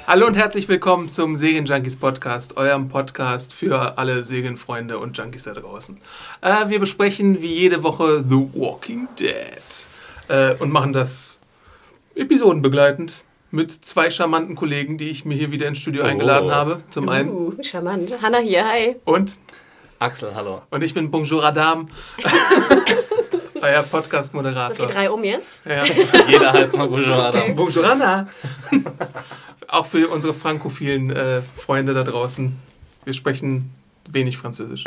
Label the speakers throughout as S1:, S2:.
S1: Hallo und herzlich willkommen zum Serienjunkies Podcast, eurem Podcast für alle Serienfreunde und Junkies da draußen. Wir besprechen wie jede Woche The Walking Dead und machen das episodenbegleitend mit zwei charmanten Kollegen, die ich mir hier wieder ins Studio eingeladen habe. Zum einen
S2: charmant. Hanna hier, hi.
S1: Und
S3: Axel, hallo.
S1: Und ich bin Bonjour Adam, euer Podcast-Moderator.
S2: Das geht 3 um jetzt?
S1: Ja.
S3: Jeder heißt mal Bonjour Adam.
S1: Okay. Bonjour Anna. Auch für unsere frankophilen Freunde da draußen. Wir sprechen wenig Französisch.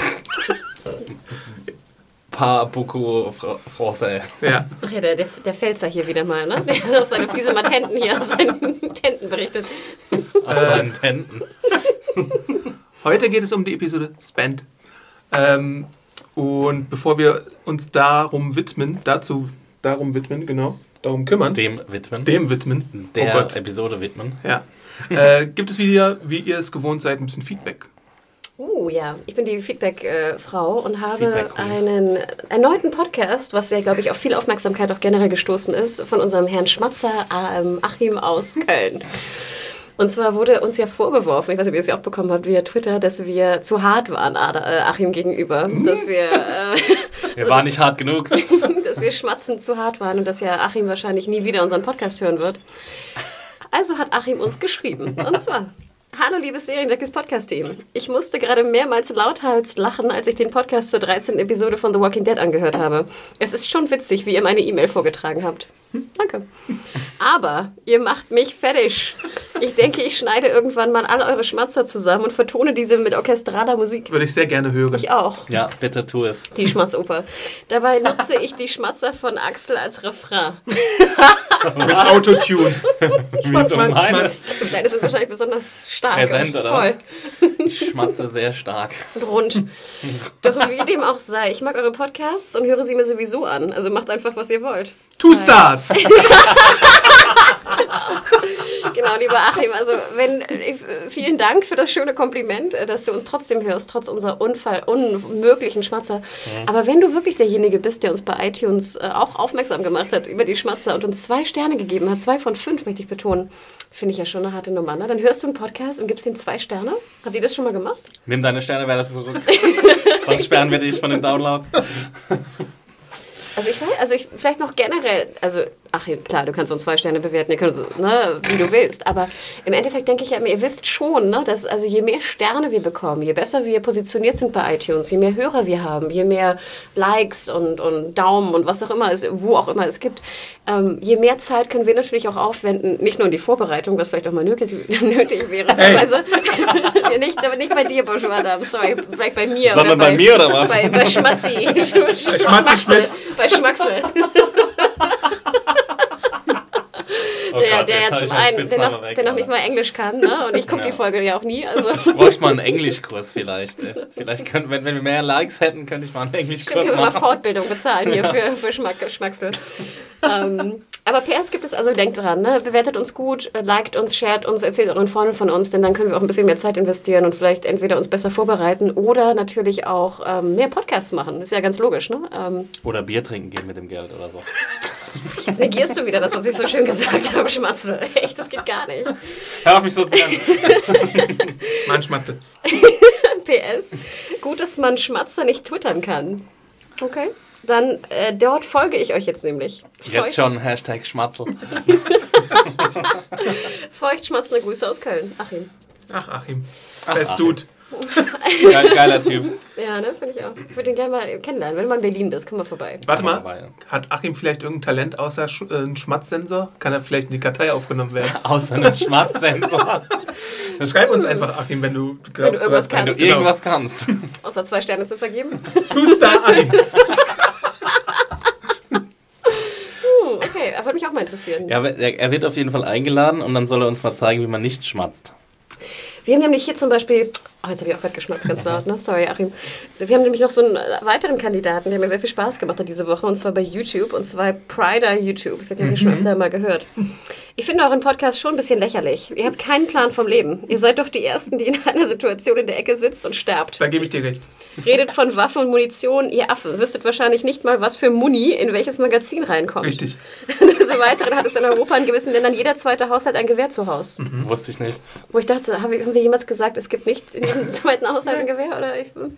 S3: Pas beaucoup français.
S1: Ja.
S2: Ach ja, der Pfälzer hier wieder mal, ne? Der hat aus seinen fiese Matenten hier, aus seinen Tenten berichtet.
S3: Aus seinen Tenten.
S1: Heute geht es um die Episode Spent. Und bevor wir uns darum kümmern.
S3: Dem widmen.
S1: Der
S3: Episode widmen.
S1: Ja. Gibt es wieder, wie ihr es gewohnt seid, ein bisschen Feedback?
S2: Ja, ich bin die Feedback-Frau und habe einen erneuten Podcast, was ja, glaube ich, auf viel Aufmerksamkeit auch generell gestoßen ist, von unserem Herrn Schmatzer, Achim aus Köln. Und zwar wurde uns ja vorgeworfen, ich weiß nicht, ob ihr es ja auch bekommen habt via Twitter, dass wir zu hart waren Achim gegenüber. Dass wir
S3: waren nicht hart genug.
S2: Dass wir schmatzend zu hart waren und dass ja Achim wahrscheinlich nie wieder unseren Podcast hören wird. Also hat Achim uns geschrieben. Und zwar: Hallo liebes Serienjunkies Podcast-Team. Ich musste gerade mehrmals lauthals lachen, als ich den Podcast zur 13. Episode von The Walking Dead angehört habe. Es ist schon witzig, wie ihr meine E-Mail vorgetragen habt. Danke. Aber ihr macht mich fertig. Ich denke, ich schneide irgendwann mal alle eure Schmatzer zusammen und vertone diese mit orchestraler Musik.
S1: Würde ich sehr gerne hören.
S2: Ich auch.
S3: Ja, bitte tu es.
S2: Die Schmatzoper. Dabei nutze ich die Schmatzer von Axel als Refrain.
S1: Mit Autotune.
S3: Schmatz.
S2: Nein, das ist wahrscheinlich besonders stark.
S3: Präsent, oder
S2: voll.
S3: Was? Ich schmatze sehr stark.
S2: Und rund. Doch wie dem auch sei, ich mag eure Podcasts und höre sie mir sowieso an. Also macht einfach, was ihr wollt.
S1: Tust das!
S2: Genau, lieber Achim, also vielen Dank für das schöne Kompliment, dass du uns trotzdem hörst, trotz unserer unmöglichen Schmatzer. Aber wenn du wirklich derjenige bist, der uns bei iTunes auch aufmerksam gemacht hat über die Schmatzer und uns 2 Sterne gegeben hat, 2 von 5, möchte ich betonen, finde ich ja schon eine harte Nummer. Ne? Dann hörst du einen Podcast und gibst ihm 2 Sterne. Habt ihr das schon mal gemacht?
S3: Nimm deine Sterne, wer das zurück. Was sperren wir dich von den Downloads?
S2: Also ich vielleicht noch generell, also Achim, klar, du kannst uns 2 Sterne bewerten, ihr könnt so, ne, wie du willst, aber im Endeffekt denke ich ja immer, ihr wisst schon, ne, dass also je mehr Sterne wir bekommen, je besser wir positioniert sind bei iTunes, je mehr Hörer wir haben, je mehr Likes und Daumen und was auch immer es, wo auch immer es gibt, je mehr Zeit können wir natürlich auch aufwenden, nicht nur in die Vorbereitung, was vielleicht auch mal nötig wäre, teilweise. nicht bei dir, Bonjour Adam, sorry, vielleicht bei mir.
S3: Sondern bei mir, oder was?
S2: Bei Schmatzi.
S1: Bei Schmatzi Schmitz.
S2: Bei Schmacksel. Der zum einen, der noch nicht mal Englisch kann, ne? Und ich gucke die Folge ja auch nie. Also.
S3: Ich bräuchte mal einen Englischkurs vielleicht. Vielleicht wenn wir mehr Likes hätten, könnte ich mal einen Englischkurs machen.
S2: Können wir mal Fortbildung bezahlen hier für Schmacksel. Aber PS gibt es, also denkt dran, ne? Bewertet uns gut, liked uns, shared uns, erzählt euren Freunden von uns, denn dann können wir auch ein bisschen mehr Zeit investieren und vielleicht entweder uns besser vorbereiten oder natürlich auch mehr Podcasts machen. Ist ja ganz logisch, ne?
S3: Oder Bier trinken gehen mit dem Geld oder so.
S2: Jetzt negierst du wieder das, was ich so schön gesagt habe, Schmatzel. Echt, das geht gar nicht.
S3: Hör auf mich so zu nennen.
S1: Mann, Schmatze.
S2: PS, gut, dass man Schmatzer nicht twittern kann. Okay. Dann dort folge ich euch jetzt nämlich.
S3: Jetzt schon Hashtag Schmatzel.
S2: Feucht schmatzende Grüße aus Köln. Achim.
S1: Ach, Achim. Best Dude.
S3: Geiler Typ.
S2: Ja, ne, finde ich auch. Ich würde den gerne mal kennenlernen. Wenn du mal in Berlin bist, komm mal vorbei.
S1: Warte mal, hat Achim vielleicht irgendein Talent außer einen Schmatzsensor? Kann er vielleicht in die Kartei aufgenommen werden?
S3: Außer einen Schmatzsensor.
S1: Schreib uns einfach, Achim, wenn du glaubst,
S2: wenn du
S3: irgendwas kannst.
S2: Außer 2 Sterne zu vergeben.
S1: Tust da, Achim.
S2: Okay, das würde mich auch mal interessieren.
S3: Ja, aber er wird auf jeden Fall eingeladen und dann soll er uns mal zeigen, wie man nicht schmatzt.
S2: Wir haben nämlich hier zum Beispiel, jetzt habe ich auch gerade geschmatzt, ganz laut, ne? Sorry, Achim. Wir haben nämlich noch so einen weiteren Kandidaten, der mir sehr viel Spaß gemacht hat diese Woche, und zwar bei YouTube, und zwar Prider YouTube. Ich habe den schon öfter mal gehört. Ich finde euren Podcast schon ein bisschen lächerlich. Ihr habt keinen Plan vom Leben. Ihr seid doch die Ersten, die in einer Situation in der Ecke sitzt und sterbt.
S1: Da gebe ich dir recht.
S2: Redet von Waffen und Munition, ihr Affen. Wüsstet wahrscheinlich nicht mal, was für Muni in welches Magazin reinkommt.
S1: Richtig.
S2: Das Des Weiteren hat es in Europa in gewissen Ländern jeder zweite Haushalt ein Gewehr zu Hause.
S3: Wusste ich nicht.
S2: Wo ich dachte, haben wir jemals gesagt, es gibt nicht in jedem zweiten Haushalt ein Gewehr? Oder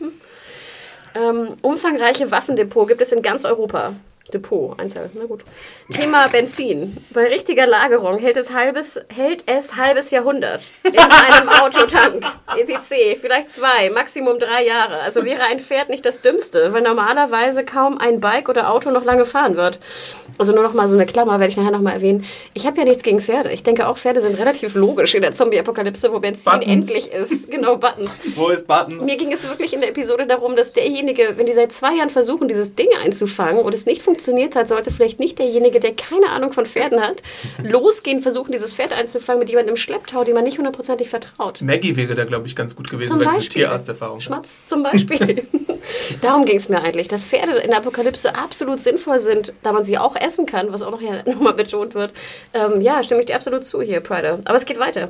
S2: umfangreiche Waffendepot gibt es in ganz Europa. Depot, Einzahl, na gut. Thema Benzin. Bei richtiger Lagerung hält es halbes Jahrhundert in einem Autotank. EPC, vielleicht 2, Maximum 3 Jahre. Also wäre ein Pferd nicht das Dümmste, weil normalerweise kaum ein Bike oder Auto noch lange fahren wird. Also nur noch mal so eine Klammer, werde ich nachher noch mal erwähnen. Ich habe ja nichts gegen Pferde. Ich denke auch, Pferde sind relativ logisch in der Zombie-Apokalypse, wo Benzin
S1: Buttons.
S2: endlich ist. Genau, Buttons.
S3: Wo ist Buttons?
S2: Mir ging es wirklich in der Episode darum, dass derjenige, wenn die seit 2 Jahren versuchen, dieses Ding einzufangen und es nicht funktioniert hat, sollte vielleicht nicht derjenige, der keine Ahnung von Pferden hat, losgehen, versuchen, dieses Pferd einzufangen mit jemandem im Schlepptau, dem man nicht hundertprozentig vertraut.
S1: Maggie wäre da, glaube ich, ganz gut gewesen,
S2: Zum
S1: weil sie
S2: Beispiel.
S1: Tierarzterfahrung hat.
S2: Schmatz zum Beispiel. Darum ging es mir eigentlich, dass Pferde in der Apokalypse absolut sinnvoll sind, da man sie auch essen kann, was auch noch hier nochmal betont wird. Ja, stimme ich dir absolut zu hier, Prider. Aber es geht weiter.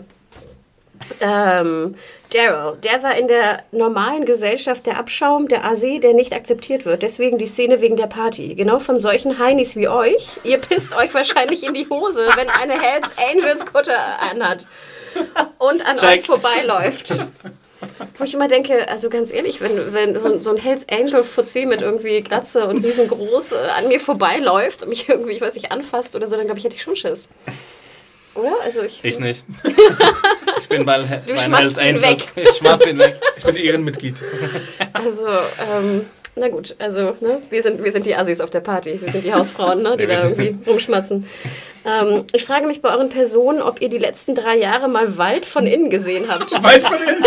S2: Daryl, der war in der normalen Gesellschaft der Abschaum, der Asi, der nicht akzeptiert wird. Deswegen die Szene wegen der Party. Genau von solchen Heinis wie euch. Ihr pisst euch wahrscheinlich in die Hose, wenn eine Hells Angels Kutte anhat und an euch vorbeiläuft. Wo ich immer denke, also ganz ehrlich, wenn so ein Hells Angel Fuzzi mit irgendwie Glatze und riesengroß an mir vorbeiläuft und mich irgendwie, ich weiß nicht, anfasst oder so, dann glaube ich, hätte ich schon Schiss. Oder? Also ich
S3: nicht. Ich bin bei
S2: schmatzt
S3: Hells
S2: ihn
S3: Angels.
S2: weg.
S3: Ich schmatze ihn weg.
S1: Ich bin Ehrenmitglied.
S2: Also, na gut, also, ne, wir sind die Assis auf der Party. Wir sind die Hausfrauen, ne, die da irgendwie rumschmatzen. Ich frage mich bei euren Personen, ob ihr die letzten 3 Jahre mal Wald von innen gesehen habt.
S1: Weit von innen.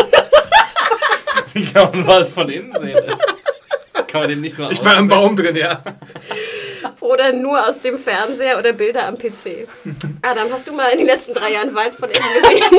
S3: Wie kann man Wald von innen sehen? Kann man den nicht mal
S1: Ich war am Baum drin, ja.
S2: Oder nur aus dem Fernseher oder Bilder am PC. Adam, hast du mal in den letzten 3 Jahren Wald von innen gesehen?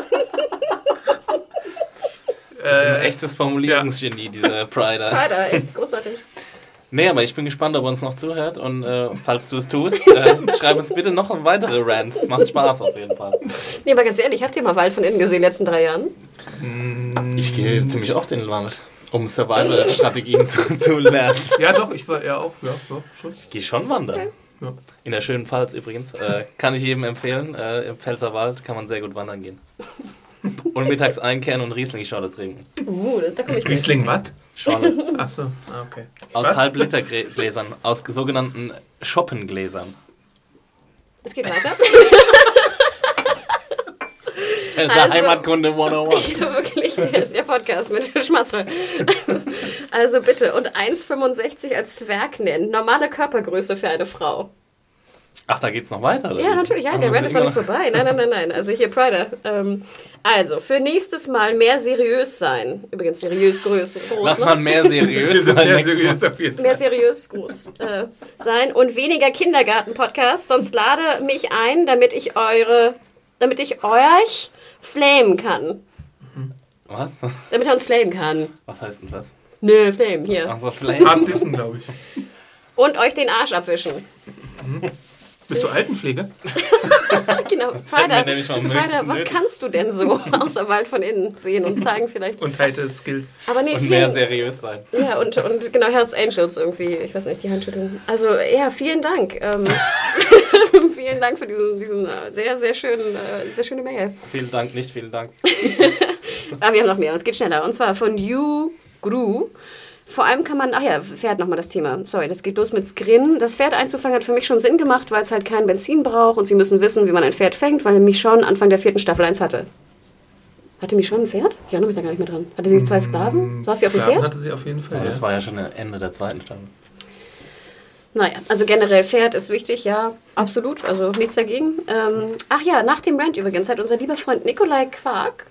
S3: Ein echtes Formulierungsgenie, dieser Prider.
S2: Prider, echt großartig.
S3: Nee, aber ich bin gespannt, ob er uns noch zuhört. Und falls du es tust, schreib uns bitte noch weitere Rants. Macht Spaß auf jeden Fall.
S2: Nee, aber ganz ehrlich, habt ihr mal Wald von innen gesehen in den letzten 3 Jahren?
S3: Ich gehe ziemlich oft in den Wald, um Survival-Strategien zu lernen.
S1: Ja, doch, ich war ja auch. Ja, schon.
S3: Ich gehe schon wandern.
S2: Okay.
S1: Ja.
S3: In der schönen Pfalz übrigens. Kann ich jedem empfehlen. Im Pfälzerwald kann man sehr gut wandern gehen. Und mittags einkehren und Riesling-Schorle trinken.
S2: Da komme ich mit.
S1: Riesling was?
S3: Schorle.
S1: Achso, okay.
S3: Aus
S1: Was?
S3: Halb-Liter-Gläsern, aus sogenannten Schoppengläsern.
S2: Es geht weiter.
S3: Pfälzer
S2: Also-
S3: Heimatkunde 101.
S2: Ja, wirklich, der Podcast mit Schmatzel. Also bitte, und 1,65 als Zwerg nennen. Normale Körpergröße für eine Frau.
S3: Ach, da geht's noch weiter? Oder?
S2: Ja, natürlich, ja, der Rant ist noch nicht vorbei. Nein. Also hier, Prider. Also, für nächstes Mal mehr seriös sein. Übrigens, seriös groß.
S3: Lass
S2: Ne?
S3: mal mehr
S1: Wir
S3: seriös
S1: sind
S3: sein.
S1: sehr
S3: nächstes
S1: seriös
S3: Mal.
S1: auf jeden Fall.
S2: Mehr seriös groß sein und weniger Kindergarten-Podcast. Sonst lade mich ein, damit ich euch flamen kann.
S3: Was?
S2: Damit er uns flamen kann.
S3: Was heißt denn das?
S2: Ne, flame, hier.
S3: Ach so, Flame.
S1: Hart dissen, glaube ich.
S2: Und euch den Arsch abwischen.
S1: Bist du Altenpflege?
S2: Genau.
S3: hätten wir
S2: Vater,
S3: nämlich mal
S2: was
S3: nötig.
S2: kannst du denn so außer Wald von innen sehen und zeigen vielleicht?
S1: Und halte Skills.
S2: Aber nee,
S3: Und mehr seriös sein.
S2: ja, und genau, Hells Angels irgendwie, ich weiß nicht, die Hand schütteln. Also, ja, vielen Dank. Vielen Dank für diesen sehr schöne Mail.
S3: Vielen Dank, nicht vielen Dank.
S2: Aber wir haben noch mehr, es geht schneller. Und zwar von You Gru. Vor allem kann man, Pferd nochmal das Thema. Sorry, das geht los mit Skrin. Das Pferd einzufangen hat für mich schon Sinn gemacht, weil es halt kein Benzin braucht und sie müssen wissen, wie man ein Pferd fängt, weil mich schon Anfang der 4. Staffel eins hatte. Hatte mich schon ein Pferd? Ich erinnere mich da gar nicht mehr dran. Hatte sie 2 Sklaven? Saß sie auf dem
S1: Sklaven
S2: Pferd?
S1: hatte sie auf jeden Fall.
S3: Aber das
S1: Ja.
S3: war ja schon Ende der 2. Staffel.
S2: Naja, also generell Pferd ist wichtig, ja, absolut, also nichts dagegen. Nach dem Rant übrigens hat unser lieber Freund Nikolai Quack,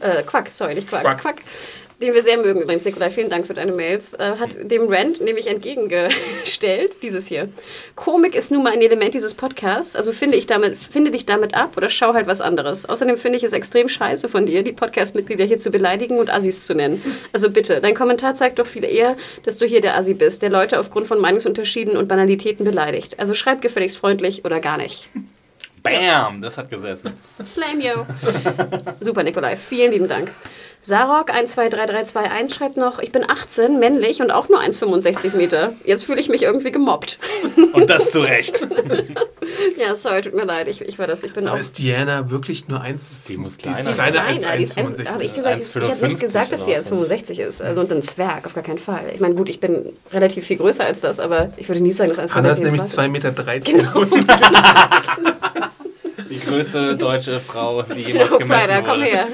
S2: den wir sehr mögen übrigens, Nikolai, vielen Dank für deine Mails, hat dem Rant nämlich entgegengestellt, dieses hier. Komik ist nun mal ein Element dieses Podcasts, also finde dich damit ab oder schau halt was anderes. Außerdem finde ich es extrem scheiße von dir, die Podcast-Mitglieder hier zu beleidigen und Assis zu nennen. Also bitte, dein Kommentar zeigt doch viel eher, dass du hier der Assi bist, der Leute aufgrund von Meinungsunterschieden und Banalitäten beleidigt. Also schreib gefälligst freundlich oder gar nicht.
S3: Bam, das hat gesessen.
S2: Flame yo. Super, Nikolai. Vielen lieben Dank. Sarok 123321 schreibt noch, ich bin 18, männlich und auch nur 1,65 Meter. Jetzt fühle ich mich irgendwie gemobbt.
S3: Und das zu Recht.
S2: Ja, sorry, tut mir leid. Ich war das. Ich bin
S1: Aber
S2: auch.
S1: ist Diana wirklich nur 1?
S3: Die muss
S1: Die ist
S3: kleiner
S1: kleiner
S3: sein.
S1: als
S2: Nein, die ist
S1: 1,65.
S2: habe ich gesagt, ich habe nicht gesagt, dass sie 1,65 ist. Also und ein Zwerg, auf gar keinen Fall. Ich meine, gut, ich bin relativ viel größer als das, aber ich würde nie sagen, dass 1,65
S1: Hanna ist nämlich 2,13 Meter groß.
S3: Die größte deutsche Frau, die jemals gemessen
S2: Ryder, komm
S3: wurde.
S2: her.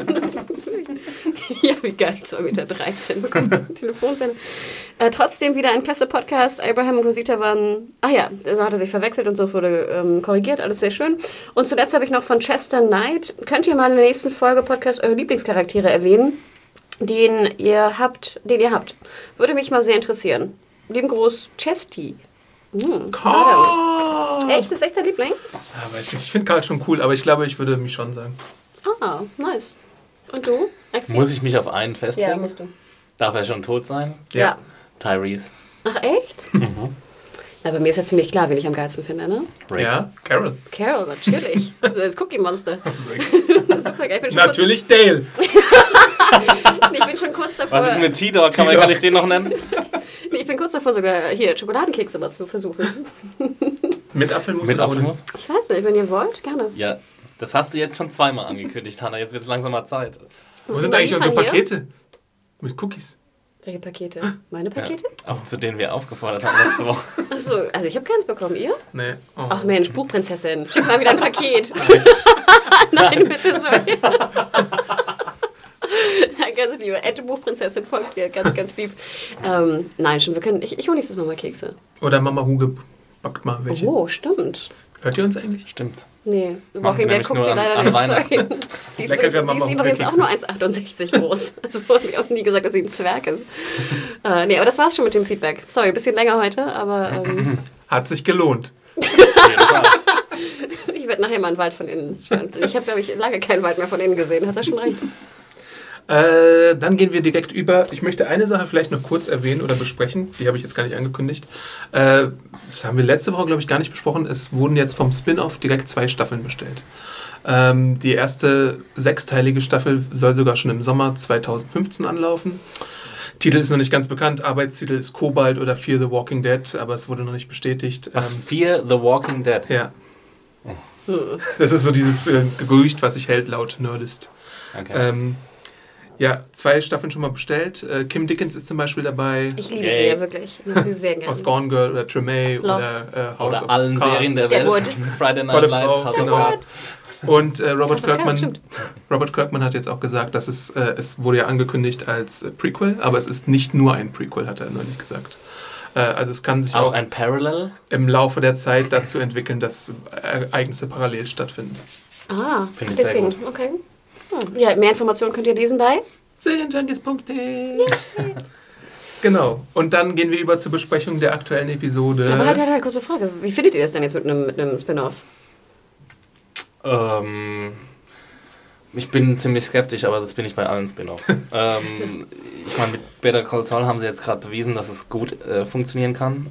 S2: Ja, wie geil, 2,13 Meter bekommt Telefonsendung. Trotzdem wieder ein klasse Podcast. Abraham und Rosita waren, da hat er sich verwechselt und so wurde korrigiert, alles sehr schön. Und zuletzt habe ich noch von Chester Knight. Könnt ihr mal in der nächsten Folge Podcast eure Lieblingscharaktere erwähnen, den ihr habt? Würde mich mal sehr interessieren. Lieben Gruß, Chesty.
S1: Karl!
S2: Echt? Ist echt dein Liebling?
S1: Ja, weiß nicht. Ich finde Karl schon cool, aber ich glaube, ich würde Michonne sagen.
S2: Ah, nice. Und du? Axel?
S3: Muss ich mich auf einen festlegen?
S2: Ja, musst du.
S3: Darf er schon tot sein?
S2: Ja.
S3: Tyrese.
S2: Ach, echt? Na, bei mir ist ja ziemlich klar, wen ich am geilsten finde, ne?
S3: Rick.
S1: Ja, Carol.
S2: Carol, natürlich. Das Cookie-Monster. Super geil. Ich bin schon
S1: Natürlich Dale.
S2: ich bin schon kurz davor.
S3: Was ist mit T-Dog? Kann ich den noch nennen?
S2: Ich bin kurz davor, sogar hier Schokoladenkekse mal zu versuchen.
S1: Mit Apfelmus
S3: Mit
S1: oder ohne?
S3: Apfelmus?
S2: Ich weiß nicht, wenn ihr wollt, gerne.
S3: Ja, das hast du jetzt schon zweimal angekündigt, Hanna. Jetzt wird es langsam mal Zeit.
S1: Wo
S2: Muss
S1: sind
S2: ich
S1: eigentlich
S2: mal
S1: unsere
S2: liefern hier?
S1: Pakete? Mit Cookies.
S2: Welche Pakete? Meine Pakete?
S3: Auch zu denen wir aufgefordert haben letzte Woche.
S2: Achso, also ich habe keins bekommen. Ihr?
S1: Nee. Oh.
S2: Ach Mensch, Buchprinzessin. Schick mal wieder ein Paket. Nein, bitte so. Nein, ganz lieb. Buchprinzessin folgt dir. Ganz, ganz lieb. Nein, schon, wir können. Ich hole nächstes Mal Kekse.
S1: Oder Mama Huge backt mal welche.
S2: Oh, stimmt.
S1: Hört ihr uns eigentlich?
S3: Stimmt.
S2: Nee,
S3: machen
S2: Walking
S3: sie
S2: Dead
S3: nämlich
S2: guckt
S3: nur
S2: sie
S3: an
S2: leider nicht.
S3: Weihnachten.
S2: Sorry. Die ist
S1: Lecker,
S2: übrigens, die ist übrigens auch nur 1,68 groß. Also habe ich auch nie gesagt, dass sie ein Zwerg ist. Nee, aber das war's schon mit dem Feedback. Sorry, ein bisschen länger heute, aber
S1: Hat sich gelohnt.
S3: Auf jeden Fall.
S2: ich werde nachher mal einen Wald von innen schauen. Ich habe, glaube ich, lange keinen Wald mehr von innen gesehen. Hat er schon recht.
S1: Dann gehen wir direkt über. Ich möchte eine Sache vielleicht noch kurz erwähnen oder besprechen. Die habe ich jetzt gar nicht angekündigt. Das haben wir letzte Woche, glaube ich, gar nicht besprochen. Es wurden jetzt vom Spin-Off direkt 2 Staffeln bestellt. Die erste 6-teilige Staffel soll sogar schon im Sommer 2015 anlaufen. Titel ist noch nicht ganz bekannt. Arbeitstitel ist Cobalt oder Fear the Walking Dead, aber es wurde noch nicht bestätigt.
S3: Was? Fear the Walking Dead?
S1: Ja. Das ist so dieses Gerücht, was sich hält laut Nerdist.
S3: Okay.
S1: Ja, 2 Staffeln schon mal bestellt. Kim Dickens ist zum Beispiel dabei.
S2: Ich liebe sie ja wirklich. Ich mag sie sehr gerne.
S1: Aus Gone Girl oder Tremay
S2: Lost.
S1: oder House
S3: Oder
S1: of
S3: allen
S1: Cards.
S3: Serien der
S2: Der
S3: Welt.
S2: Wood.
S3: Friday Night
S1: Tolle
S3: Lights,
S1: Frau,
S3: House
S1: genau.
S3: of Cards.
S1: Und
S2: House of Cards, stimmt.
S1: Robert Kirkman hat jetzt auch gesagt, dass es wurde ja angekündigt als Prequel, aber es ist nicht nur ein Prequel, hat er neulich gesagt. Also es kann sich auch
S3: Auch ein Parallel?
S1: im Laufe der Zeit dazu entwickeln, dass Ereignisse parallel stattfinden.
S2: Ah,
S3: Finde ich sehr
S2: deswegen.
S3: gut.
S2: Okay. Ja, mehr Informationen könnt ihr lesen bei
S1: Serienjunkies.de. Genau. Und dann gehen wir über zur Besprechung der aktuellen Episode.
S2: Aber halt, kurze Frage. Wie findet ihr das denn jetzt mit einem Spin-Off?
S3: Ich bin ziemlich skeptisch, aber das bin ich bei allen Spin-Offs. Ich meine, mit Better Call Saul haben sie jetzt gerade bewiesen, dass es gut funktionieren kann.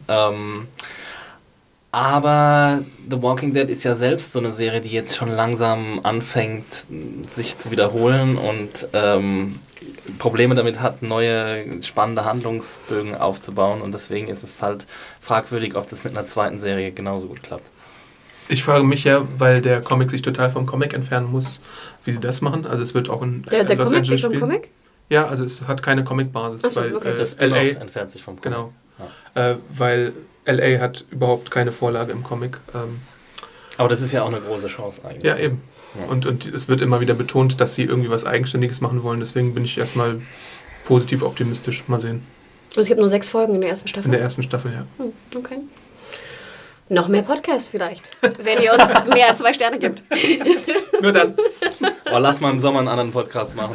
S3: Aber The Walking Dead ist ja selbst so eine Serie, die jetzt schon langsam anfängt, sich zu wiederholen und Probleme damit hat, neue spannende Handlungsbögen aufzubauen. Und deswegen ist es halt fragwürdig, ob das mit einer zweiten Serie genauso gut klappt.
S1: Ich frage mich ja, weil der Comic sich total vom Comic entfernen muss, wie sie das machen. Also es wird auch in
S2: Der
S1: Los
S2: Comic
S1: Angeles
S2: sich vom
S1: spielen.
S2: Comic?
S1: Ja, also es hat keine Comic-Basis,
S2: Ach so,
S1: weil
S2: okay.
S3: Das
S1: LA,
S3: Spin-Off entfernt sich vom Comic.
S1: genau,
S3: Ja.
S1: weil LA hat überhaupt keine Vorlage im Comic.
S3: Aber das ist ja auch eine große Chance eigentlich.
S1: Ja, eben.
S3: Ja.
S1: Und es wird immer wieder betont, dass sie irgendwie was Eigenständiges machen wollen. Deswegen bin ich erstmal positiv optimistisch. Mal sehen.
S2: Also es gibt nur 6 Folgen in der ersten Staffel.
S1: In der ersten Staffel, ja.
S2: Okay. Noch mehr Podcasts vielleicht, wenn ihr uns mehr als 2 Sterne gibt.
S1: Nur dann.
S3: Oh, lass mal im Sommer einen anderen Podcast machen.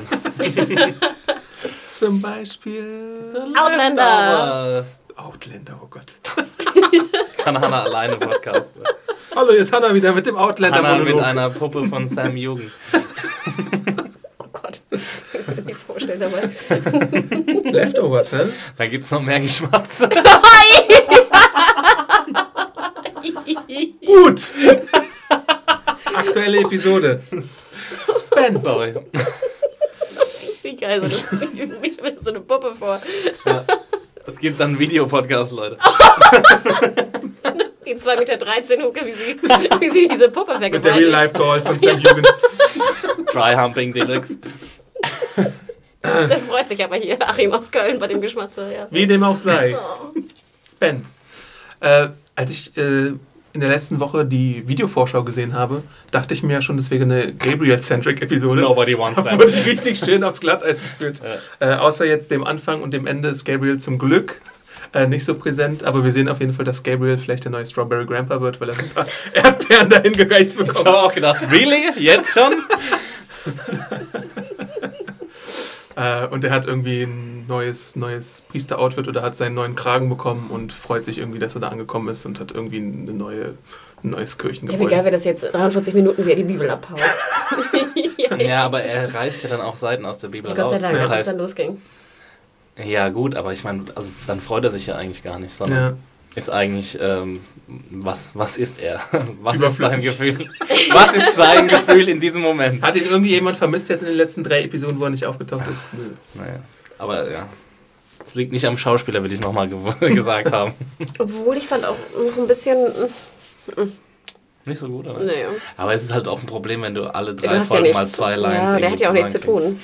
S1: Zum Beispiel
S2: Outlander.
S1: Outlander, oh Gott.
S3: Kann Hannah alleine podcasten.
S1: Hallo, jetzt Hannah wieder mit dem
S3: Hannah
S1: Outlander-Monolog.
S3: mit einer Puppe von Sam Jugend.
S2: Oh Gott, ich kann mir nichts vorstellen dabei.
S1: Leftovers, hä?
S3: Da gibt's noch mehr Geschmatze.
S1: Gut! Aktuelle Episode. Spence.
S3: Sorry.
S2: Wie geil, so, das wie so eine Puppe vor.
S3: Ja. Es gibt dann einen Videopodcast, Leute.
S2: Die 2,13 Meter Hucke, wie sie diese Puppe
S1: Mit der Real-Life-Doll von Sam Jugend.
S3: Dry-Humping Deluxe.
S2: Der freut sich aber hier, Achim aus Köln, bei dem Geschmatzer. Ja.
S1: Wie dem auch sei. Spend. Als ich in der letzten Woche die Videovorschau gesehen habe, dachte ich mir ja schon, das wäre eine Gabriel-Centric-Episode.
S3: Nobody wants that.
S1: Da wurde ich richtig schön aufs Glatteis geführt.
S3: Ja.
S1: Außer jetzt dem Anfang und dem Ende ist Gabriel zum Glück nicht so präsent, aber wir sehen auf jeden Fall, dass Gabriel vielleicht der neue Strawberry Grandpa wird, weil er ein paar Erdbeeren dahin gereicht bekommt.
S3: Ich habe auch gedacht, really? Jetzt schon?
S1: Und er hat irgendwie ein neues Priester-Outfit oder hat seinen neuen Kragen bekommen und freut sich irgendwie, dass er da angekommen ist und hat irgendwie ein neues Kirchengebäude.
S2: Ja, wie geil wäre das jetzt, 43 Minuten, wie er die Bibel abhaust.
S3: Ja, aber er reißt ja dann auch Seiten aus der Bibel raus.
S2: Gott sei Dank,
S3: das
S2: dass es
S3: heißt,
S2: dann losging.
S3: ja gut, aber ich meine, also dann freut er sich ja eigentlich gar nicht, sondern ist eigentlich, was ist er? Was ist sein Gefühl? Was ist sein Gefühl in diesem Moment?
S1: Hat ihn irgendwie jemand vermisst jetzt in den letzten 3 Episoden, wo er nicht aufgetaucht ist? Nö.
S3: Naja, aber ja. Es liegt nicht am Schauspieler, will ich es nochmal gesagt haben.
S2: Obwohl, ich fand auch noch ein bisschen...
S3: Nicht so gut, oder?
S2: Naja.
S3: Aber es ist halt auch ein Problem, wenn du alle 3
S2: Du hast
S3: Folgen
S2: ja
S3: mal 2 Lines
S2: Ja, der hat ja auch nichts zu tun.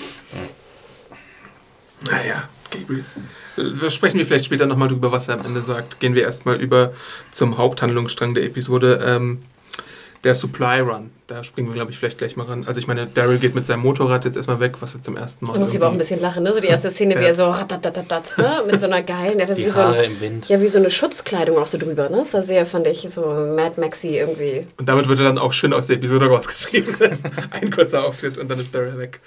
S1: Naja, Gabriel. Sprechen wir vielleicht später nochmal drüber, was er am Ende sagt. Gehen wir erstmal über zum Haupthandlungsstrang der Episode. Der Supply Run. Da springen wir, glaube ich, vielleicht gleich mal ran. Also ich meine, Daryl geht mit seinem Motorrad jetzt erstmal weg, was er zum ersten Mal...
S2: Da muss ich aber auch ein bisschen lachen, ne? So die erste Szene, wie er so ratatatat, ne? Mit so einer geilen... Der hat
S3: Die
S2: wie
S3: Haare
S2: so ein,
S3: im Wind.
S2: Ja, wie so eine Schutzkleidung auch so drüber, ne? Das war sehr, fand ich, so Mad Maxi irgendwie.
S1: Und damit wird er dann auch schön aus der Episode rausgeschrieben. Ein kurzer Auftritt und dann ist Daryl weg.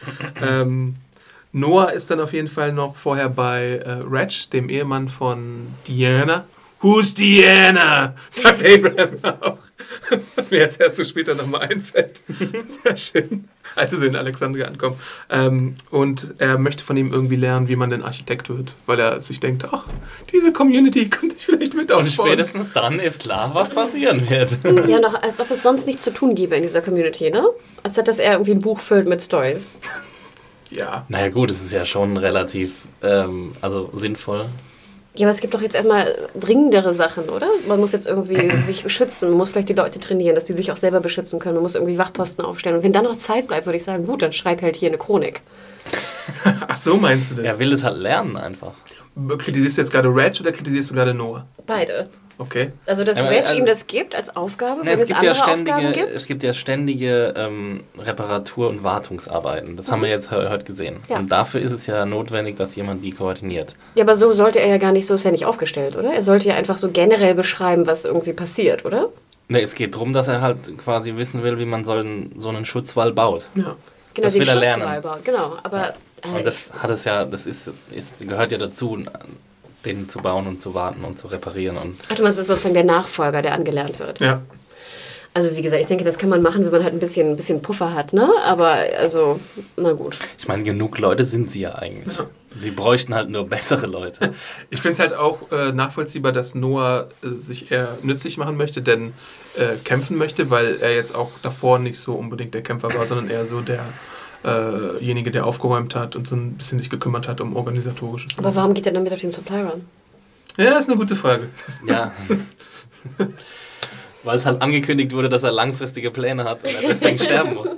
S1: Noah ist dann auf jeden Fall noch vorher bei Reg, dem Ehemann von Diana. Who's Diana? Sagt Abraham auch. Was mir jetzt erst so später nochmal einfällt. Sehr schön. Als sie so in Alexandria ankommen. Und er möchte von ihm irgendwie lernen, wie man denn Architekt wird. Weil er sich denkt, ach, diese Community könnte ich vielleicht mit aufbauen.
S3: Und spätestens dann ist klar, was passieren wird.
S2: Ja, noch als ob es sonst nichts zu tun gäbe in dieser Community, ne? Als dass er irgendwie ein Buch füllt mit Stories.
S1: Ja.
S3: Naja gut, es ist ja schon relativ sinnvoll.
S2: Ja, aber es gibt doch jetzt erstmal dringendere Sachen, oder? Man muss jetzt irgendwie sich schützen, man muss vielleicht die Leute trainieren, dass die sich auch selber beschützen können. Man muss irgendwie Wachposten aufstellen. Und wenn dann noch Zeit bleibt, würde ich sagen, gut, dann schreib halt hier eine Chronik.
S1: Ach so, meinst du das?
S3: Er will es halt lernen einfach.
S1: Kritisierst du jetzt gerade Reg oder kritisierst du gerade Noah?
S2: Beide.
S1: Okay.
S2: Also, dass Reg ihm das gibt als Aufgabe, wenn es andere Aufgaben gibt?
S3: Es gibt ja ständige Reparatur- und Wartungsarbeiten. Das haben wir jetzt heute gesehen.
S2: Ja.
S3: Und dafür ist es ja notwendig, dass jemand die koordiniert.
S2: Ja, aber so sollte er ja gar nicht, so ist er nicht aufgestellt, oder? Er sollte ja einfach so generell beschreiben, was irgendwie passiert, oder?
S3: Ne, es geht darum, dass er halt quasi wissen will, wie man so einen Schutzwall baut.
S1: Ja.
S2: Genau,
S3: Das
S2: den
S3: will er lernen.
S2: Schutzwall, genau. Aber
S3: Und das hat es ja, gehört ja dazu, den zu bauen und zu warten und zu reparieren. Und
S2: ach, du meinst, das ist sozusagen der Nachfolger, der angelernt wird.
S1: Ja.
S2: Also wie gesagt, ich denke, das kann man machen, wenn man halt ein bisschen Puffer hat, ne? Aber also, na gut.
S3: ich meine, genug Leute sind sie ja eigentlich.
S1: Ja.
S3: Sie bräuchten halt nur bessere Leute.
S1: Ich finde es halt auch nachvollziehbar, dass Noah sich eher nützlich machen möchte, denn kämpfen möchte, weil er jetzt auch davor nicht so unbedingt der Kämpfer war, sondern eher so derjenige, der aufgeräumt hat und so ein bisschen sich gekümmert hat um organisatorisches.
S2: Aber warum geht er dann mit auf den Supply Run?
S1: Ja, ist eine gute Frage.
S3: Ja. Weil es halt angekündigt wurde, dass er langfristige Pläne hat und er deswegen sterben muss.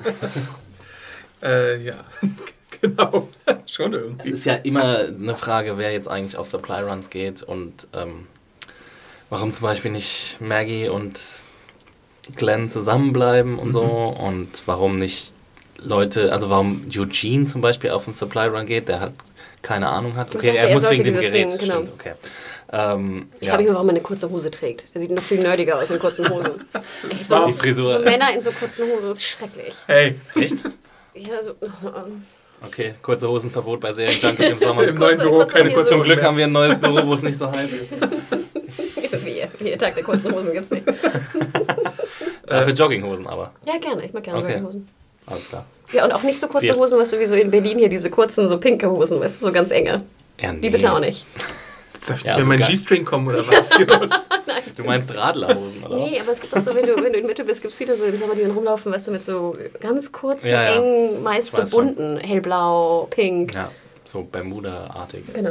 S1: Ja, genau. Schon
S3: Es
S1: irgendwie.
S3: ist ja immer eine Frage, wer jetzt eigentlich auf Supply Runs geht und warum zum Beispiel nicht Maggie und Glenn zusammenbleiben und so und warum nicht Leute, also warum Eugene zum Beispiel auf einen Supply Run geht, der halt keine Ahnung hat. Okay,
S2: dachte,
S3: er
S2: er
S3: muss
S2: sollte
S3: wegen dem
S2: dieses
S3: Gerät,
S2: Ding, genau.
S3: stimmt, okay.
S2: Ich frage mich mal, warum er eine kurze Hose trägt. Er sieht noch viel nerdiger aus in kurzen Hosen. Echt,
S3: Die Frisur.
S2: So Männer in so kurzen Hosen ist schrecklich.
S1: Hey,
S3: Echt?
S2: Ja, so,
S3: Okay, kurze Hosenverbot bei Serienjunkies im Sommer.
S1: im neuen Büro keine kurze
S3: Zum
S1: Hose
S3: Glück
S1: mehr.
S3: haben wir ein neues Büro, wo es nicht so heiß ist.
S2: wie Tag der kurzen Hosen gibt's nicht.
S3: Für Jogginghosen aber.
S2: Ja, gerne. Ich mag gerne
S3: Okay.
S2: Hosen.
S3: Alles klar.
S2: Ja, und auch nicht so kurze
S3: Wir-
S2: Hosen, weißt du, wie so in Berlin hier diese kurzen, so pinke Hosen, weißt du, so ganz enge.
S3: Ja,
S2: Die bitte auch nicht.
S1: Darf ich nicht mehr meinen G-String kommen oder was ist hier los?
S3: Du meinst Radlerhosen, oder?
S2: Nee, aber es gibt auch so, wenn du in der Mitte bist, gibt es viele so im Sommer, die dann rumlaufen, weißt du, mit so ganz kurzen, engen, meist so bunten, hellblau, pink.
S3: Ja, so Bermuda-artig.
S2: Genau.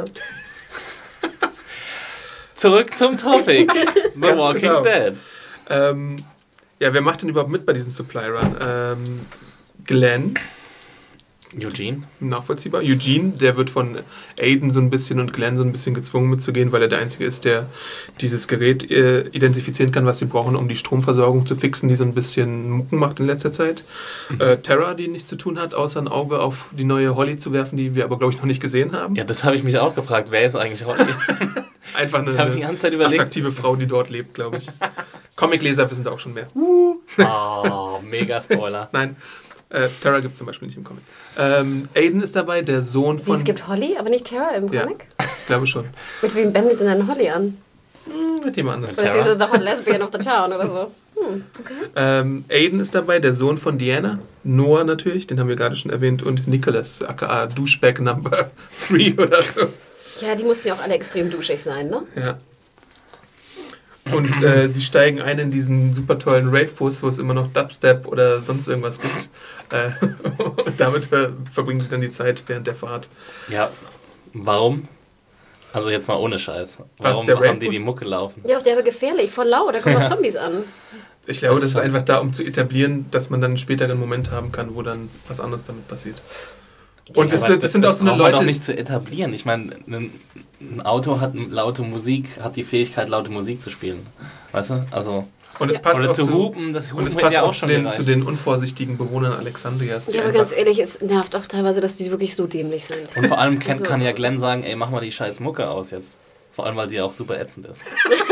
S3: Zurück zum Topic. The Walking Dead.
S1: Ja, wer macht denn überhaupt mit bei diesem Supply Run? Glenn.
S3: Eugene.
S1: Nachvollziehbar. Eugene, der wird von Aiden so ein bisschen und Glenn so ein bisschen gezwungen mitzugehen, weil er der Einzige ist, der dieses Gerät identifizieren kann, was sie brauchen, um die Stromversorgung zu fixen, die so ein bisschen Mucken macht in letzter Zeit. Tara, die nichts zu tun hat, außer ein Auge auf die neue Holly zu werfen, die wir aber, glaube ich, noch nicht gesehen haben.
S3: Ja, das habe ich mich auch gefragt. Wer ist eigentlich Holly?
S1: Einfach eine
S3: die ganze Zeit überlegt.
S1: Attraktive Frau, die dort lebt, glaube ich. Comicleser wissen da auch schon mehr.
S3: Oh, mega Spoiler.
S1: Nein. Tara gibt es zum Beispiel nicht im Comic. Aiden ist dabei, der Sohn von...
S2: Wie, es gibt Holly, aber nicht Tara im Comic?
S1: Ja, ich glaube schon.
S2: Mit wem bändet denn dann Holly an?
S1: Mit jemand anderes.
S2: Oder ist sie so the hot lesbian of the town oder so? Okay.
S1: Aiden ist dabei, der Sohn von Deanna. Noah natürlich, den haben wir gerade schon erwähnt. Und Nicholas, aka Douchebag Number 3 oder so.
S2: Ja, die mussten ja auch alle extrem duschig sein, ne?
S1: Ja. Und sie steigen ein in diesen super tollen Rave-Bus, wo es immer noch Dubstep oder sonst irgendwas gibt. Und damit verbringen sie dann die Zeit während der Fahrt.
S3: Ja, warum? Also jetzt mal ohne Scheiß. Warum haben die Mucke laufen?
S2: Ja, der war gefährlich, voll laut, da kommen auch Zombies an.
S1: Ich glaube, das ist einfach da, um zu etablieren, dass man dann einen späteren Moment haben kann, wo dann was anderes damit passiert. Und das sind auch so eine Leute...
S3: Das doch nicht zu etablieren. Ich meine, ein Auto hat laute Musik, hat die Fähigkeit, laute Musik zu spielen. Weißt du? Also...
S1: Und es passt
S3: oder
S1: auch
S3: zu hupen, das Hupen
S1: passt
S3: ja
S1: auch
S3: schon
S1: zu den unvorsichtigen Bewohnern Alexandrias.
S2: Ja, aber ganz ehrlich, es nervt auch teilweise, dass die wirklich so dämlich sind.
S3: Und vor allem kann ja Glenn sagen, ey, mach mal die scheiß Mucke aus jetzt. Vor allem, weil sie ja auch super ätzend ist.